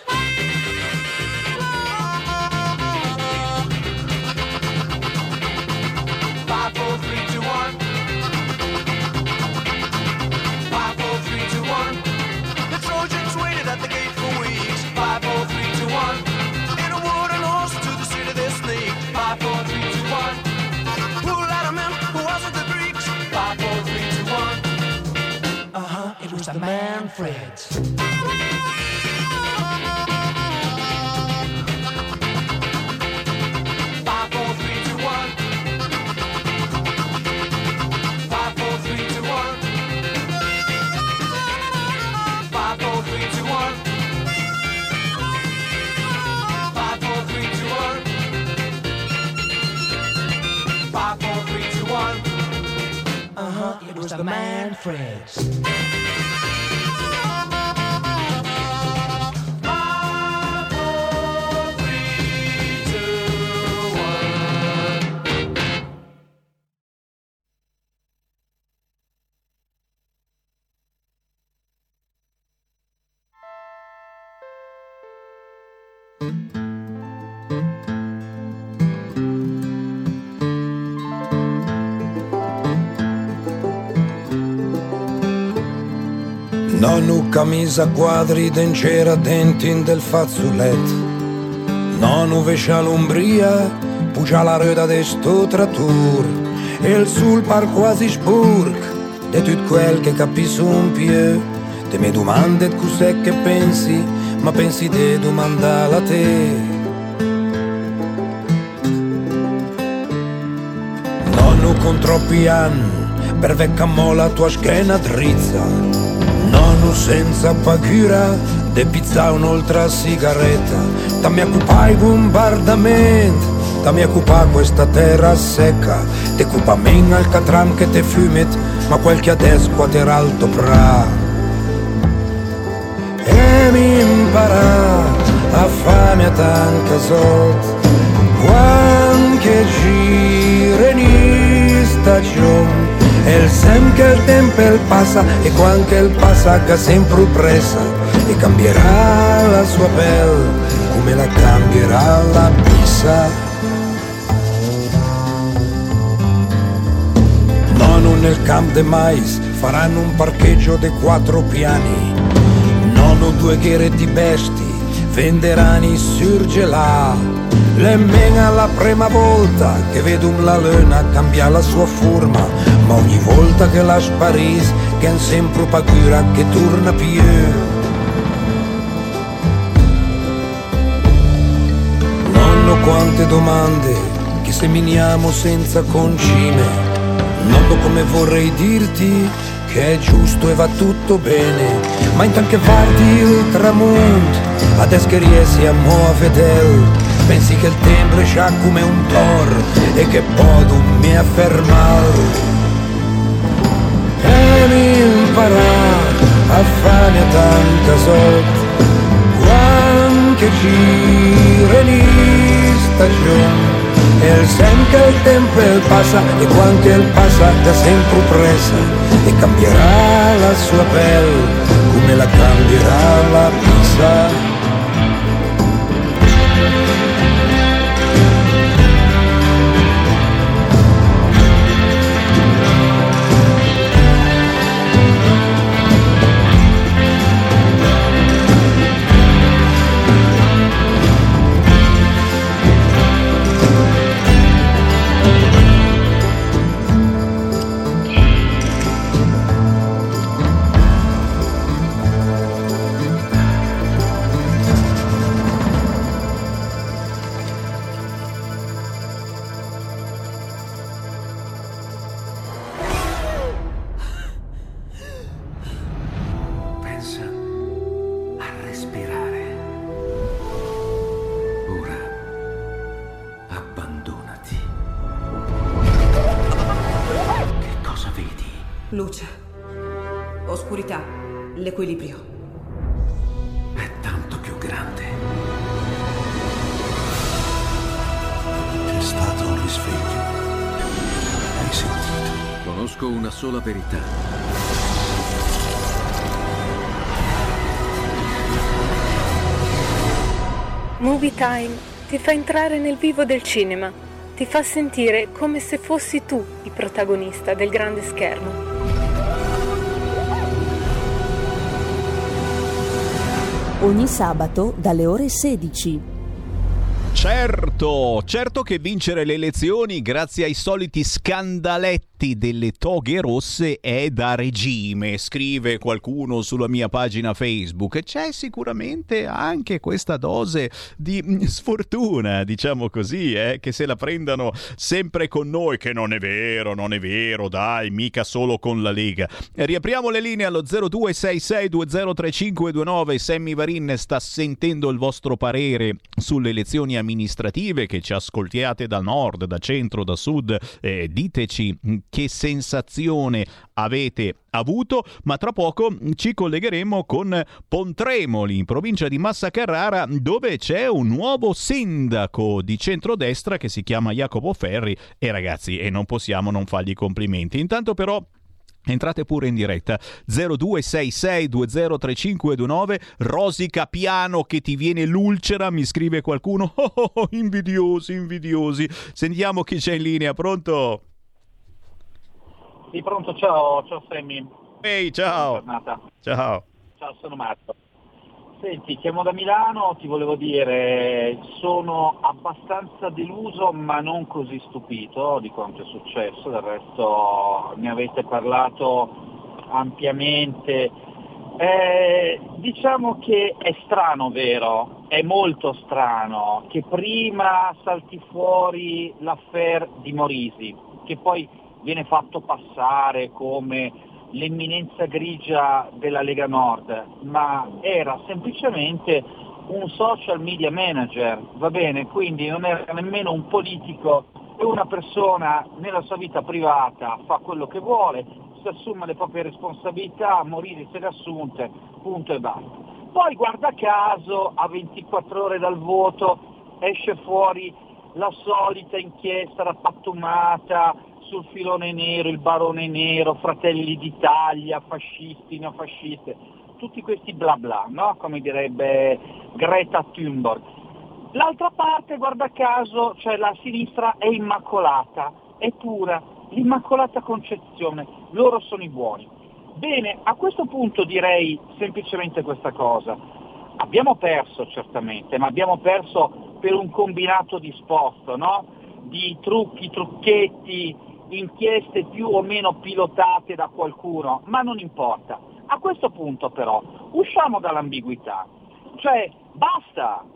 Five, four, three, two, one. Five, four, three, two, one. The Trojans waited at the gate for weeks. Five, four, three, two, one. In a wooden horse to the city they sneak. Five, four, three, two, one. Who let 'em in? Who wasn't the Greeks? Five, four, three, two, one. Uh huh. It was the Manfreds. It was the Manfreds. Nonno camisa quadri d'encera denti del fazzoletto. Nonno vescia l'ombria, pugia la ruota de sto trattor. E sul par quasi spurg, de tutto quel che capisco un più. Te mi domande cos'è che pensi, ma pensi di domandare a te. Nonno con troppi anni, per veccammo la tua schiena drizza. Nonno senza paura, de pizza un'altra sigaretta. Dammi occupai bombardamento, dammi occupa questa terra secca. Te cupa men al catram che te fumet, ma quel che adesso quater alto pra. E mi impara a farmi a tanca sot, quanche gira in stagione. El sem che il tempo passa e quando il passa che sempre pressa e cambierà la sua pelle come la cambierà la pizza. Nonno nel camp de mais faranno un parcheggio de quattro piani. Nonno due ghere di besti venderanno i surgelà. Le mena la prima volta che vedo la luna cambia la sua forma, ma ogni volta che la sparis che è sempre paura che torna più. quante domande che seminiamo senza concime. Noto come vorrei dirti che è giusto e va tutto bene, ma intanto che guardi il tramonto, adesso che riesci a muovere vedel, pensi che il tempo c'ha come un tor e che poi non mi affermare. E mi imparare a fare tanta sorte, quando gira in stagione, e il sen che il tempo passa e quanto il passa da sempre pressa, e cambierà la sua pelle come la cambierà la pizza. Luce, oscurità, l'equilibrio. È tanto più grande. C'è stato un risveglio. Hai sentito? Conosco una sola verità. Movie Time ti fa entrare nel vivo del cinema, ti fa sentire come se fossi tu il protagonista del grande schermo. Ogni sabato dalle ore sedici. Certo, certo che vincere le elezioni grazie ai soliti scandaletti delle toghe rosse è da regime, scrive qualcuno sulla mia pagina Facebook. E c'è sicuramente anche questa dose di sfortuna, diciamo così, eh, che se la prendano sempre con noi, che non è vero, non è vero, dai, mica solo con la Lega. Riapriamo le linee allo zero due sei sei due zero tre cinque due nove. Sammy Varin sta sentendo il vostro parere sulle elezioni amministrative, che ci ascoltiate da nord, da centro, da sud. Eh, diteci che sensazione avete avuto, ma tra poco ci collegheremo con Pontremoli, in provincia di Massa Carrara, dove c'è un nuovo sindaco di centrodestra che si chiama Jacopo Ferri, e ragazzi, e non possiamo non fargli complimenti. Intanto però entrate pure in diretta zero due sei sei due zero tre cinque due nove. Rosica piano che ti viene l'ulcera, mi scrive qualcuno. Oh, oh, oh, invidiosi, invidiosi. Sentiamo chi c'è in linea. Pronto? Sì, pronto, ciao, ciao Sammy. Ehi, ciao. Ciao. Ciao, sono Marco. Senti, chiamo da Milano, ti volevo dire, sono abbastanza deluso ma non così stupito di quanto è successo, del resto ne avete parlato ampiamente. Eh, diciamo che è strano, vero? È molto strano che prima salti fuori l'affaire di Morisi, che poi viene fatto passare come l'eminenza grigia della Lega Nord, ma era semplicemente un social media manager, va bene? Quindi non era nemmeno un politico, è una persona nella sua vita privata, fa quello che vuole, si assume le proprie responsabilità, Morisi se le assunte, punto e basta. Poi guarda caso, a ventiquattro ore dal voto esce fuori la solita inchiesta rappattumata sul filone nero, il barone nero, Fratelli d'Italia, fascisti, neofasciste, tutti questi bla bla, no? Come direbbe Greta Thunberg. L'altra parte, guarda caso, cioè la sinistra è immacolata, è pura, l'immacolata concezione, loro sono i buoni. Bene, a questo punto direi semplicemente questa cosa. Abbiamo perso certamente, ma abbiamo perso per un combinato disposto, no? Di trucchi, trucchetti, inchieste più o meno pilotate da qualcuno, ma non importa. A questo punto però usciamo dall'ambiguità, cioè basta,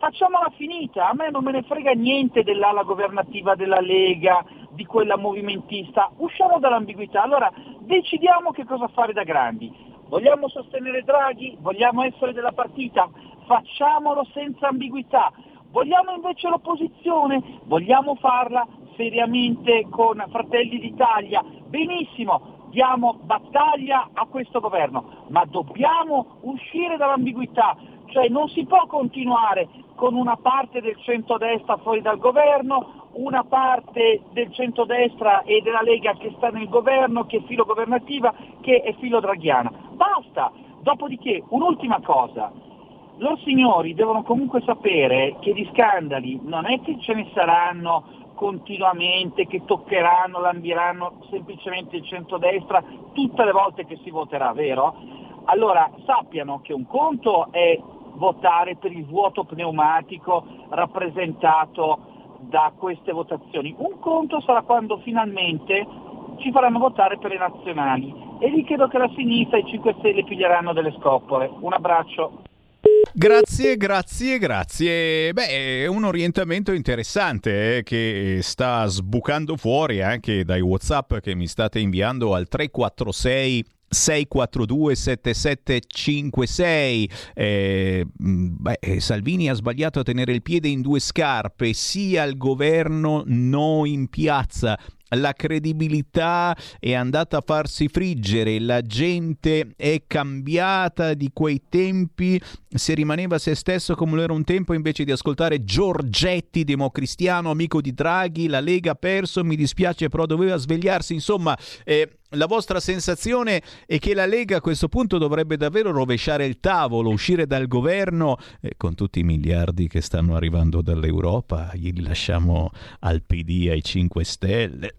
facciamola finita, a me non me ne frega niente dell'ala governativa della Lega, di quella movimentista, usciamo dall'ambiguità, allora decidiamo che cosa fare da grandi. Vogliamo sostenere Draghi? Vogliamo essere della partita? Facciamolo senza ambiguità. Vogliamo invece l'opposizione? Vogliamo farla seriamente con Fratelli d'Italia? Benissimo, diamo battaglia a questo governo, ma dobbiamo uscire dall'ambiguità, cioè non si può continuare con una parte del centrodestra fuori dal governo, una parte del centrodestra e della Lega che sta nel governo, che è filo governativa, che è filo draghiana. Basta! Dopodiché, un'ultima cosa, loro signori devono comunque sapere che di scandali non è che ce ne saranno continuamente, che toccheranno, lambiranno semplicemente il centrodestra tutte le volte che si voterà, vero? Allora sappiano che un conto è votare per il vuoto pneumatico rappresentato da queste votazioni, un conto sarà quando finalmente ci faranno votare per le nazionali e lì credo che la sinistra e i cinque Stelle piglieranno delle scoppole. Un abbraccio. Grazie, grazie, grazie. Beh, è un orientamento interessante eh, che sta sbucando fuori anche dai WhatsApp che mi state inviando al tre quattro sei sei quattro due sette sette cinque sei. Eh, beh, Salvini ha sbagliato a tenere il piede in due scarpe, sia al governo, no in piazza. La credibilità è andata a farsi friggere, la gente è cambiata di quei tempi, se rimaneva se stesso come lo era un tempo invece di ascoltare Giorgetti, democristiano, amico di Draghi, la Lega ha perso, mi dispiace però doveva svegliarsi, insomma eh, la vostra sensazione è che la Lega a questo punto dovrebbe davvero rovesciare il tavolo, uscire dal governo eh, con tutti i miliardi che stanno arrivando dall'Europa, li lasciamo al P D, ai cinque Stelle.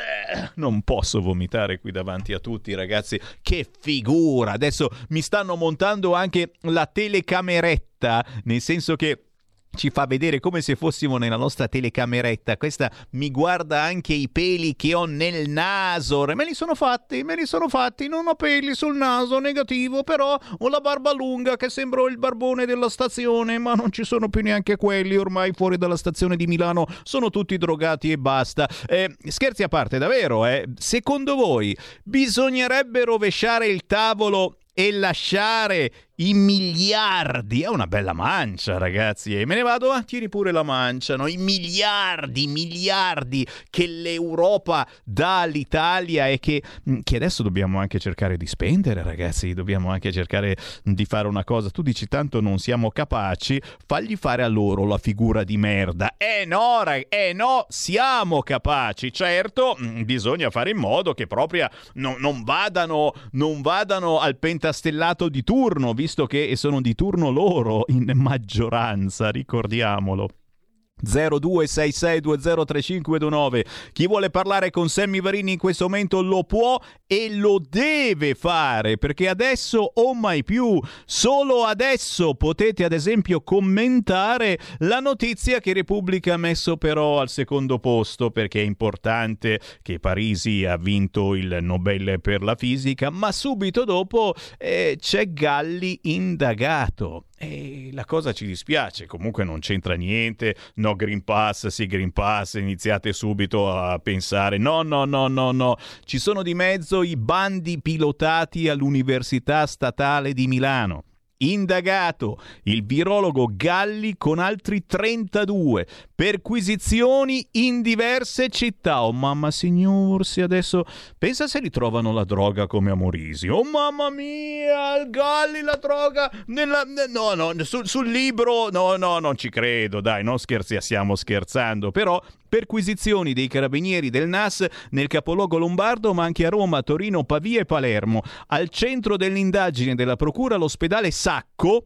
Non posso vomitare qui davanti a tutti, ragazzi, che figura, adesso mi stanno montando anche la telecameretta, nel senso che ci fa vedere come se fossimo nella nostra telecameretta. Questa mi guarda anche i peli che ho nel naso. Me li sono fatti, me li sono fatti. Non ho peli sul naso, negativo, però ho la barba lunga che sembro il barbone della stazione, ma non ci sono più neanche quelli. Ormai fuori dalla stazione di Milano sono tutti drogati e basta. Eh, scherzi a parte, davvero, eh? Secondo voi bisognerebbe rovesciare il tavolo e lasciare i miliardi? È una bella mancia, ragazzi, e me ne vado, ah, tieni pure la mancia, no? I miliardi, miliardi che l'Europa dà all'Italia e che, che adesso dobbiamo anche cercare di spendere, ragazzi, dobbiamo anche cercare di fare una cosa. Tu dici tanto non siamo capaci, fagli fare a loro la figura di merda. Eh no, rag- eh no, siamo capaci, certo, bisogna fare in modo che proprio no, non vadano, non vadano al pentastellato di turno, visto che sono di turno loro in maggioranza, ricordiamolo. zero due sei sei due zero tre cinque due nove. Chi vuole parlare con Sammy Varini in questo momento lo può e lo deve fare, perché adesso o mai più, solo adesso potete ad esempio commentare la notizia che Repubblica ha messo però al secondo posto, perché è importante che Parisi ha vinto il Nobel per la fisica, ma subito dopo eh, c'è Galli indagato. E la cosa ci dispiace, comunque non c'entra niente, no Green Pass, sì Green Pass, iniziate subito a pensare, no no no no no, ci sono di mezzo i bandi pilotati all'Università Statale di Milano. Indagato il virologo Galli con altri trentadue perquisizioni in diverse città. Oh mamma signor, se adesso pensa se ritrovano la droga come a Morisi. Oh mamma mia, il Galli la droga nella... no no sul, sul libro no no non ci credo, dai, non scherzi, stiamo scherzando. Però perquisizioni dei carabinieri del N A S nel capoluogo lombardo, ma anche a Roma, Torino, Pavia e Palermo. Al centro dell'indagine della procura l'ospedale Sacco,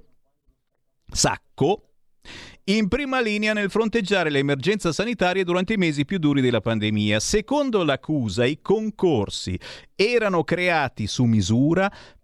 Sacco, in prima linea nel fronteggiare l'emergenza sanitaria durante i mesi più duri della pandemia. Secondo l'accusa, i concorsi erano creati su misura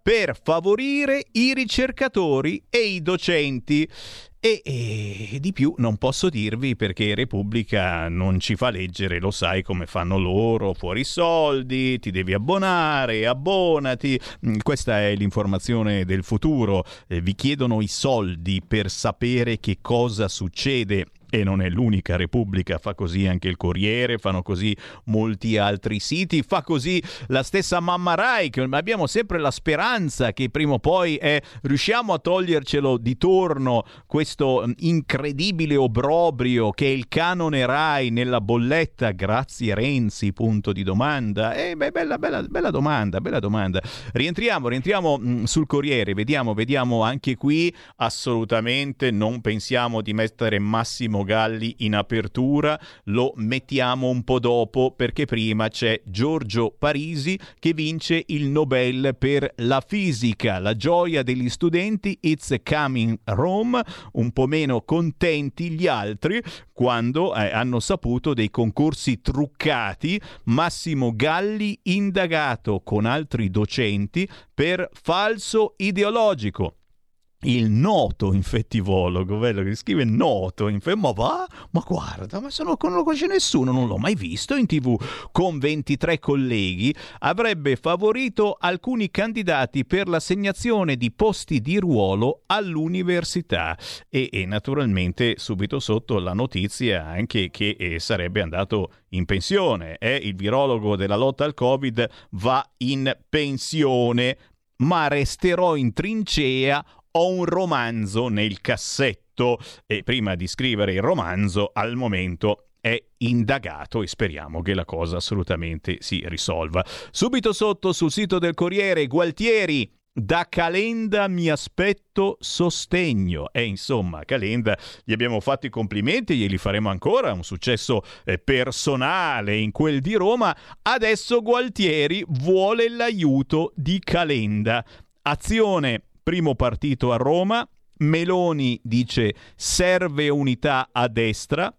per favorire i ricercatori e i docenti. E, e di più non posso dirvi, perché Repubblica non ci fa leggere, lo sai come fanno loro, fuori soldi, ti devi abbonare, abbonati. Questa è l'informazione del futuro. Eh, vi chiedono i soldi per sapere che cosa succede. E non è l'unica, Repubblica fa così, anche il Corriere, fanno così molti altri siti, fa così la stessa Mamma Rai, che abbiamo sempre la speranza che prima o poi eh, riusciamo a togliercelo di torno questo incredibile obbrobrio che è il canone Rai nella bolletta. Grazie Renzi, punto di domanda. Eh, beh, bella, bella, bella domanda, bella domanda. Rientriamo, rientriamo mh, sul Corriere, vediamo, vediamo anche qui, assolutamente non pensiamo di mettere Massimo Galli in apertura, lo mettiamo un po' dopo, perché prima c'è Giorgio Parisi che vince il Nobel per la fisica. La gioia degli studenti, it's coming Rome, un po' meno contenti gli altri quando eh, hanno saputo dei concorsi truccati. Massimo Galli indagato con altri docenti per falso ideologico. Il noto infettivologo, bello che scrive noto, inf- ma va? Ma guarda, ma se non lo conosce nessuno, non l'ho mai visto in tv, con ventitré colleghi, avrebbe favorito alcuni candidati per l'assegnazione di posti di ruolo all'università. E, e naturalmente subito sotto la notizia anche che eh, sarebbe andato in pensione. Eh? Il virologo della lotta al Covid va in pensione, ma resterò in trincea. Ho un romanzo nel cassetto, e prima di scrivere il romanzo al momento è indagato, e speriamo che la cosa assolutamente si risolva. Subito sotto sul sito del Corriere, Gualtieri: da Calenda mi aspetto sostegno. E insomma, Calenda gli abbiamo fatto i complimenti, glieli faremo ancora, un successo eh, personale in quel di Roma. Adesso Gualtieri vuole l'aiuto di Calenda. Azione, primo partito a Roma. Meloni dice serve unità a destra.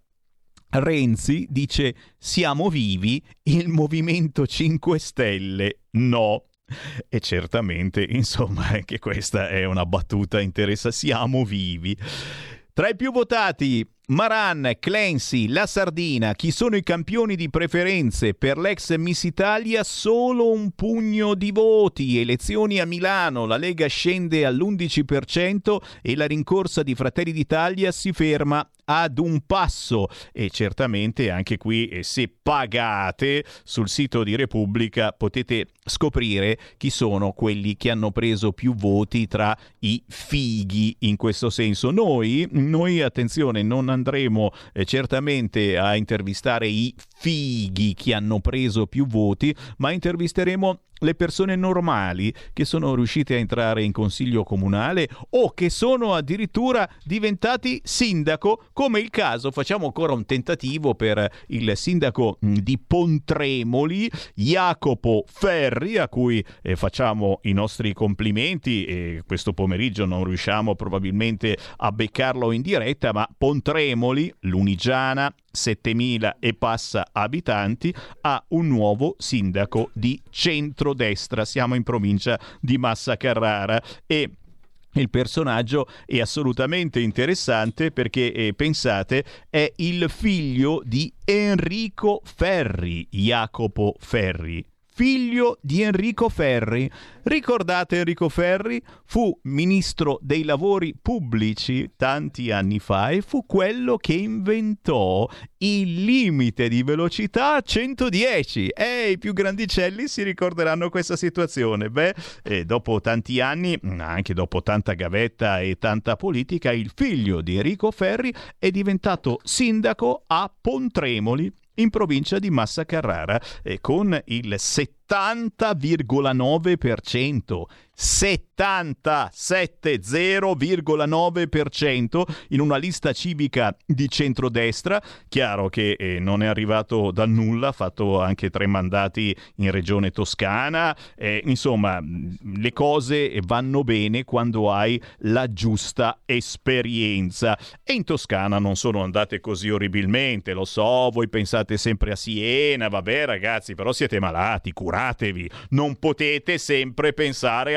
Renzi dice siamo vivi, il Movimento cinque Stelle no. E certamente, insomma, anche questa è una battuta interessante. Siamo vivi. Tra i più votati, Maran, Clancy, La Sardina. Chi sono i campioni di preferenze per l'ex Miss Italia? Solo un pugno di voti. Elezioni a Milano, la Lega scende all'undici per cento e la rincorsa di Fratelli d'Italia si ferma ad un passo. E certamente anche qui, eh, se pagate, sul sito di Repubblica potete scoprire chi sono quelli che hanno preso più voti tra i fighi, in questo senso. Noi, noi attenzione, non andremo eh, certamente a intervistare i fighi che hanno preso più voti, ma intervisteremo le persone normali che sono riuscite a entrare in consiglio comunale o che sono addirittura diventati sindaco, come il caso, facciamo ancora un tentativo per il sindaco di Pontremoli, Jacopo Ferri, a cui eh, facciamo i nostri complimenti, e questo pomeriggio non riusciamo probabilmente a beccarlo in diretta, ma Pontremoli, Lunigiana, settemila e passa abitanti, ha un nuovo sindaco di centrodestra. Siamo in provincia di Massa Carrara e il personaggio è assolutamente interessante perché, eh, pensate, è il figlio di Enrico Ferri, Jacopo Ferri. Figlio di Enrico Ferri. Ricordate Enrico Ferri? Fu ministro dei lavori pubblici tanti anni fa e fu quello che inventò il limite di velocità a centodieci. E i più grandicelli si ricorderanno questa situazione. Beh, eh, dopo tanti anni, anche dopo tanta gavetta e tanta politica, il figlio di Enrico Ferri è diventato sindaco a Pontremoli, in provincia di Massa Carrara, eh, con il settanta virgola nove per cento. settantasette virgola nove per cento in una lista civica di centrodestra. Chiaro che eh, non è arrivato dal nulla, ha fatto anche tre mandati in regione Toscana. Eh, insomma, le cose vanno bene quando hai la giusta esperienza. E in Toscana non sono andate così orribilmente, lo so, voi pensate sempre a Siena, vabbè ragazzi, però siete malati, curatevi, non potete sempre pensare a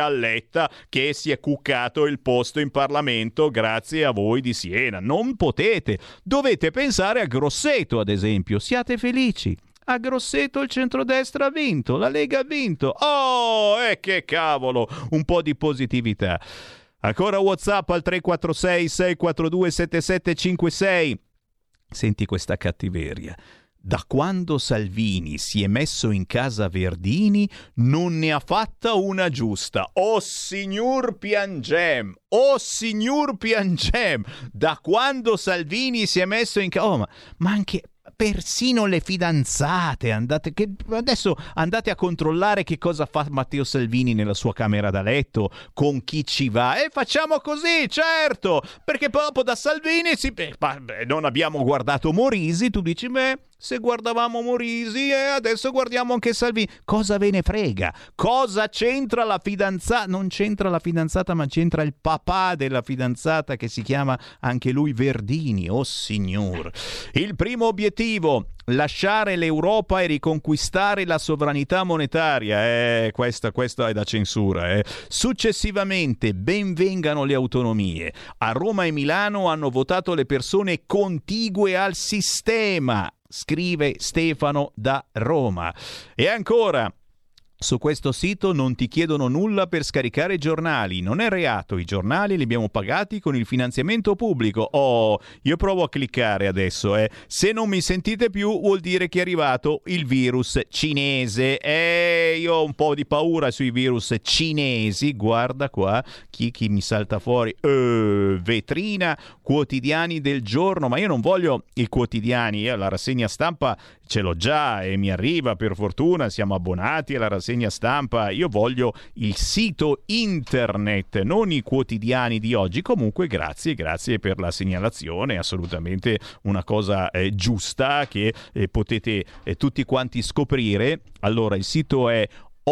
a Letta che si è cuccato il posto in Parlamento grazie a voi di Siena. Non potete, dovete pensare a Grosseto ad esempio, siate felici. A Grosseto il centrodestra ha vinto, la Lega ha vinto. Oh, e eh, che cavolo, un po' di positività. Ancora WhatsApp al tre quattro sei sei quattro due sette sette cinque sei. Senti questa cattiveria. Da quando Salvini si è messo in casa Verdini non ne ha fatta una giusta. Oh signor piangem, oh signor piangem. Da quando Salvini si è messo in casa... Oh, ma, ma anche... persino le fidanzate, andate che adesso andate a controllare che cosa fa Matteo Salvini nella sua camera da letto, con chi ci va, e facciamo così, certo, perché dopo da Salvini si, beh, non abbiamo guardato Morisi, tu dici beh, se guardavamo Morisi e eh, adesso guardiamo anche Salvini, cosa ve ne frega, cosa c'entra la fidanzata? Non c'entra la fidanzata, ma c'entra il papà della fidanzata che si chiama anche lui Verdini. Oh signor, il primo obiettivo, lasciare l'Europa e riconquistare la sovranità monetaria. Eh, questa, questa è da censura. Eh. Successivamente, ben vengano le autonomie. A Roma e Milano hanno votato le persone contigue al sistema, scrive Stefano da Roma. E ancora, su questo sito non ti chiedono nulla per scaricare i giornali, non è reato, i giornali li abbiamo pagati con il finanziamento pubblico. Oh, io provo a cliccare adesso, eh. Se non mi sentite più vuol dire che è arrivato il virus cinese. Eh, io ho un po' di paura sui virus cinesi, guarda qua, chi, chi mi salta fuori, eh, vetrina, quotidiani del giorno, ma io non voglio i quotidiani, eh, la rassegna stampa ce l'ho già e mi arriva per fortuna, siamo abbonati alla rassegna stampa, io voglio il sito internet, non i quotidiani di oggi. Comunque grazie, grazie per la segnalazione, assolutamente una cosa eh, giusta che eh, potete eh, tutti quanti scoprire. Allora il sito è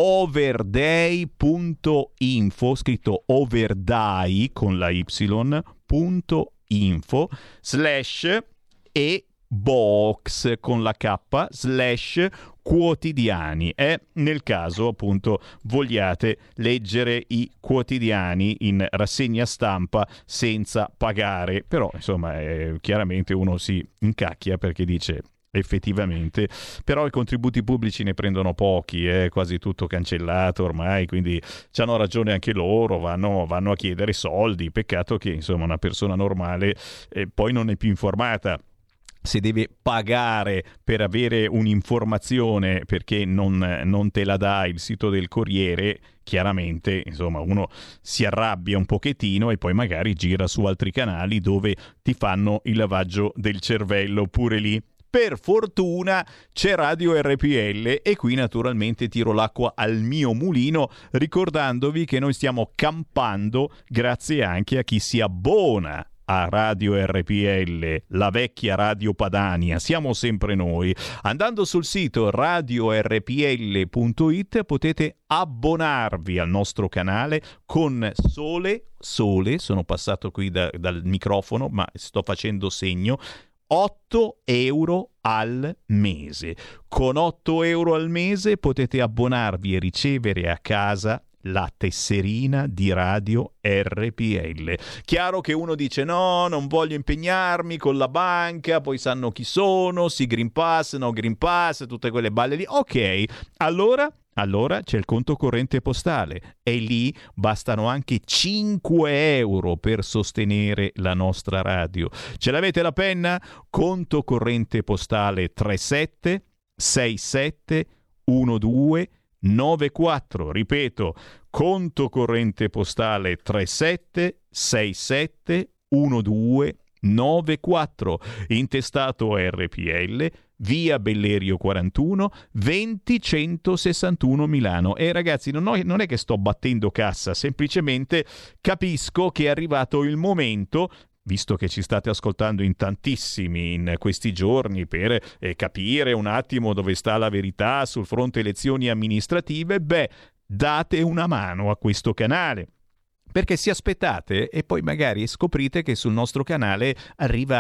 overday punto info, scritto overday con la y, punto info slash e box con la K slash quotidiani, è nel caso appunto vogliate leggere i quotidiani in rassegna stampa senza pagare. Però insomma eh, chiaramente uno si incacchia perché dice effettivamente, però i contributi pubblici ne prendono pochi, è eh, quasi tutto cancellato ormai, quindi c'hanno ragione anche loro, vanno, vanno a chiedere soldi. Peccato che insomma una persona normale eh, poi non è più informata. Se deve pagare per avere un'informazione perché non, non te la dà il sito del Corriere, chiaramente insomma uno si arrabbia un pochettino e poi magari gira su altri canali dove ti fanno il lavaggio del cervello pure lì. Per fortuna c'è Radio R P L e qui naturalmente tiro l'acqua al mio mulino ricordandovi che noi stiamo campando grazie anche a chi si abbona a Radio R P L, la vecchia Radio Padania, siamo sempre noi. Andando sul sito radio r p l punto i t potete abbonarvi al nostro canale con sole, sole, sono passato qui da, dal microfono ma sto facendo segno, otto euro al mese. Con otto euro al mese potete abbonarvi e ricevere a casa la tesserina di Radio R P L. Chiaro che uno dice no, non voglio impegnarmi con la banca, poi sanno chi sono, sì Green Pass, no Green Pass, tutte quelle balle lì. Ok, allora, allora c'è il conto corrente postale e lì bastano anche cinque euro per sostenere la nostra radio. Ce l'avete la penna? Conto corrente postale tre sette sei sette uno due nove quattro, ripeto, conto corrente postale tre sette sei sette uno due nove quattro, intestato R P L, via Bellerio quarantuno, venti centosessantuno Milano. E ragazzi, non, ho, non è che sto battendo cassa, semplicemente capisco che è arrivato il momento, visto che ci state ascoltando in tantissimi in questi giorni per eh, capire un attimo dove sta la verità sul fronte elezioni amministrative, beh, date una mano a questo canale. Perché si aspettate e poi magari scoprite che sul nostro canale arriva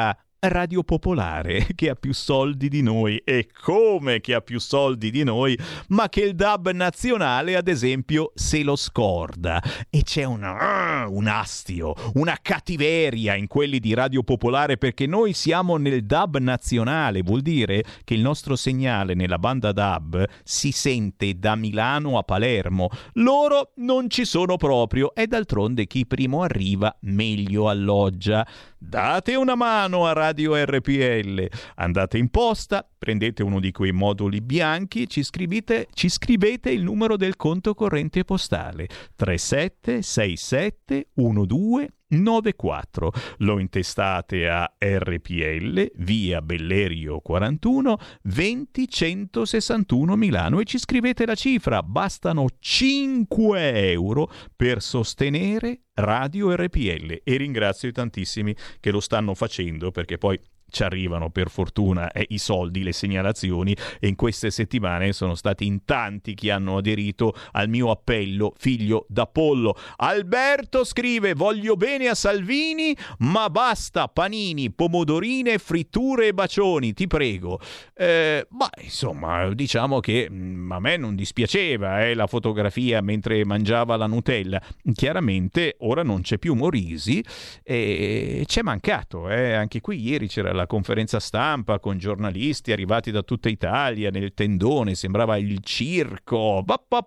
Radio Popolare, che ha più soldi di noi. E come che ha più soldi di noi? Ma che il D A B nazionale, ad esempio, se lo scorda. E c'è una, uh, un astio, una cattiveria in quelli di Radio Popolare, perché noi siamo nel D A B nazionale. Vuol dire che il nostro segnale nella banda D A B si sente da Milano a Palermo. Loro non ci sono proprio, e d'altronde chi primo arriva meglio alloggia. Date una mano a Radio R P L, andate in posta, prendete uno di quei moduli bianchi, ci scrivete, ci scrivete il numero del conto corrente postale tre sette sei sette uno due nove quattro, lo intestate a R P L, via Bellerio quarantuno, venti centosessantuno Milano, e ci scrivete la cifra. Bastano cinque euro per sostenere Radio R P L, e ringrazio i tantissimi che lo stanno facendo, perché poi ci arrivano per fortuna eh, i soldi, le segnalazioni, e in queste settimane sono stati in tanti che hanno aderito al mio appello figlio d'Apollo. Alberto scrive: voglio bene a Salvini, ma basta panini, pomodorine, fritture e bacioni, ti prego. Eh, ma insomma, diciamo che mh, a me non dispiaceva eh, la fotografia mentre mangiava la Nutella. Chiaramente ora non c'è più Morisi, e c'è mancato eh. Anche qui ieri c'era la conferenza stampa con giornalisti arrivati da tutta Italia nel tendone, sembrava il circo,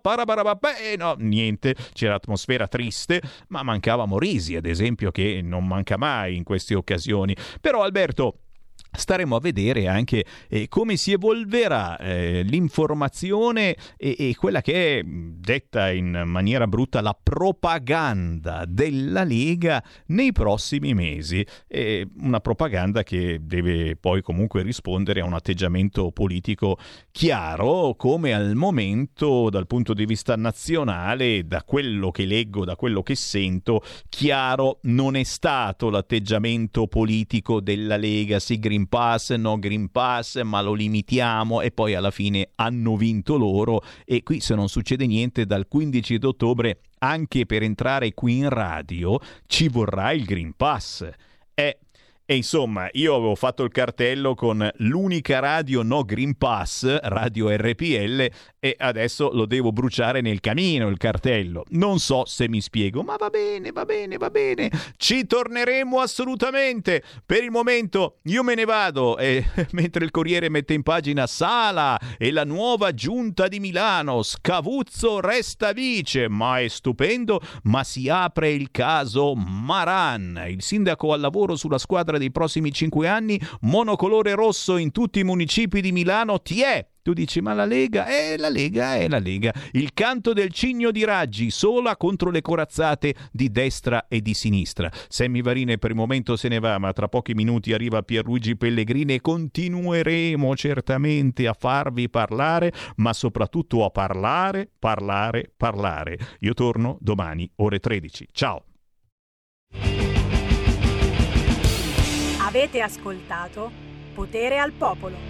e no, niente, c'era atmosfera triste, ma mancava Morisi, ad esempio, che non manca mai in queste occasioni. Però Alberto, staremo a vedere anche eh, come si evolverà eh, l'informazione e, e quella che è, detta in maniera brutta, la propaganda della Lega nei prossimi mesi. Eh, una propaganda che deve poi comunque rispondere a un atteggiamento politico chiaro, come al momento dal punto di vista nazionale, da quello che leggo, da quello che sento, chiaro non è stato l'atteggiamento politico della Lega. Sì, Green Pass, no Green Pass, ma lo limitiamo, e poi alla fine hanno vinto loro. E qui, se non succede niente, dal quindici d'ottobre anche per entrare qui in radio ci vorrà il Green Pass. E E insomma, io avevo fatto il cartello con l'unica radio no Green Pass, Radio R P L, e adesso lo devo bruciare nel camino il cartello. Non so se mi spiego, ma va bene, va bene, va bene. Ci torneremo assolutamente. Per il momento io me ne vado, e mentre il Corriere mette in pagina Sala e la nuova giunta di Milano, Scavuzzo resta vice, ma è stupendo, ma si apre il caso Maran, il sindaco al lavoro sulla squadra dei prossimi cinque anni, monocolore rosso in tutti i municipi di Milano. Ti è? Tu dici, ma la Lega? Eh, la Lega è la Lega. Il canto del cigno di Raggi, sola contro le corazzate di destra e di sinistra. Sammy Varine per il momento se ne va, ma tra pochi minuti arriva Pierluigi Pellegrini, e continueremo certamente a farvi parlare, ma soprattutto a parlare, parlare, parlare. Io torno domani ore tredici. Ciao! Avete ascoltato Potere al Popolo.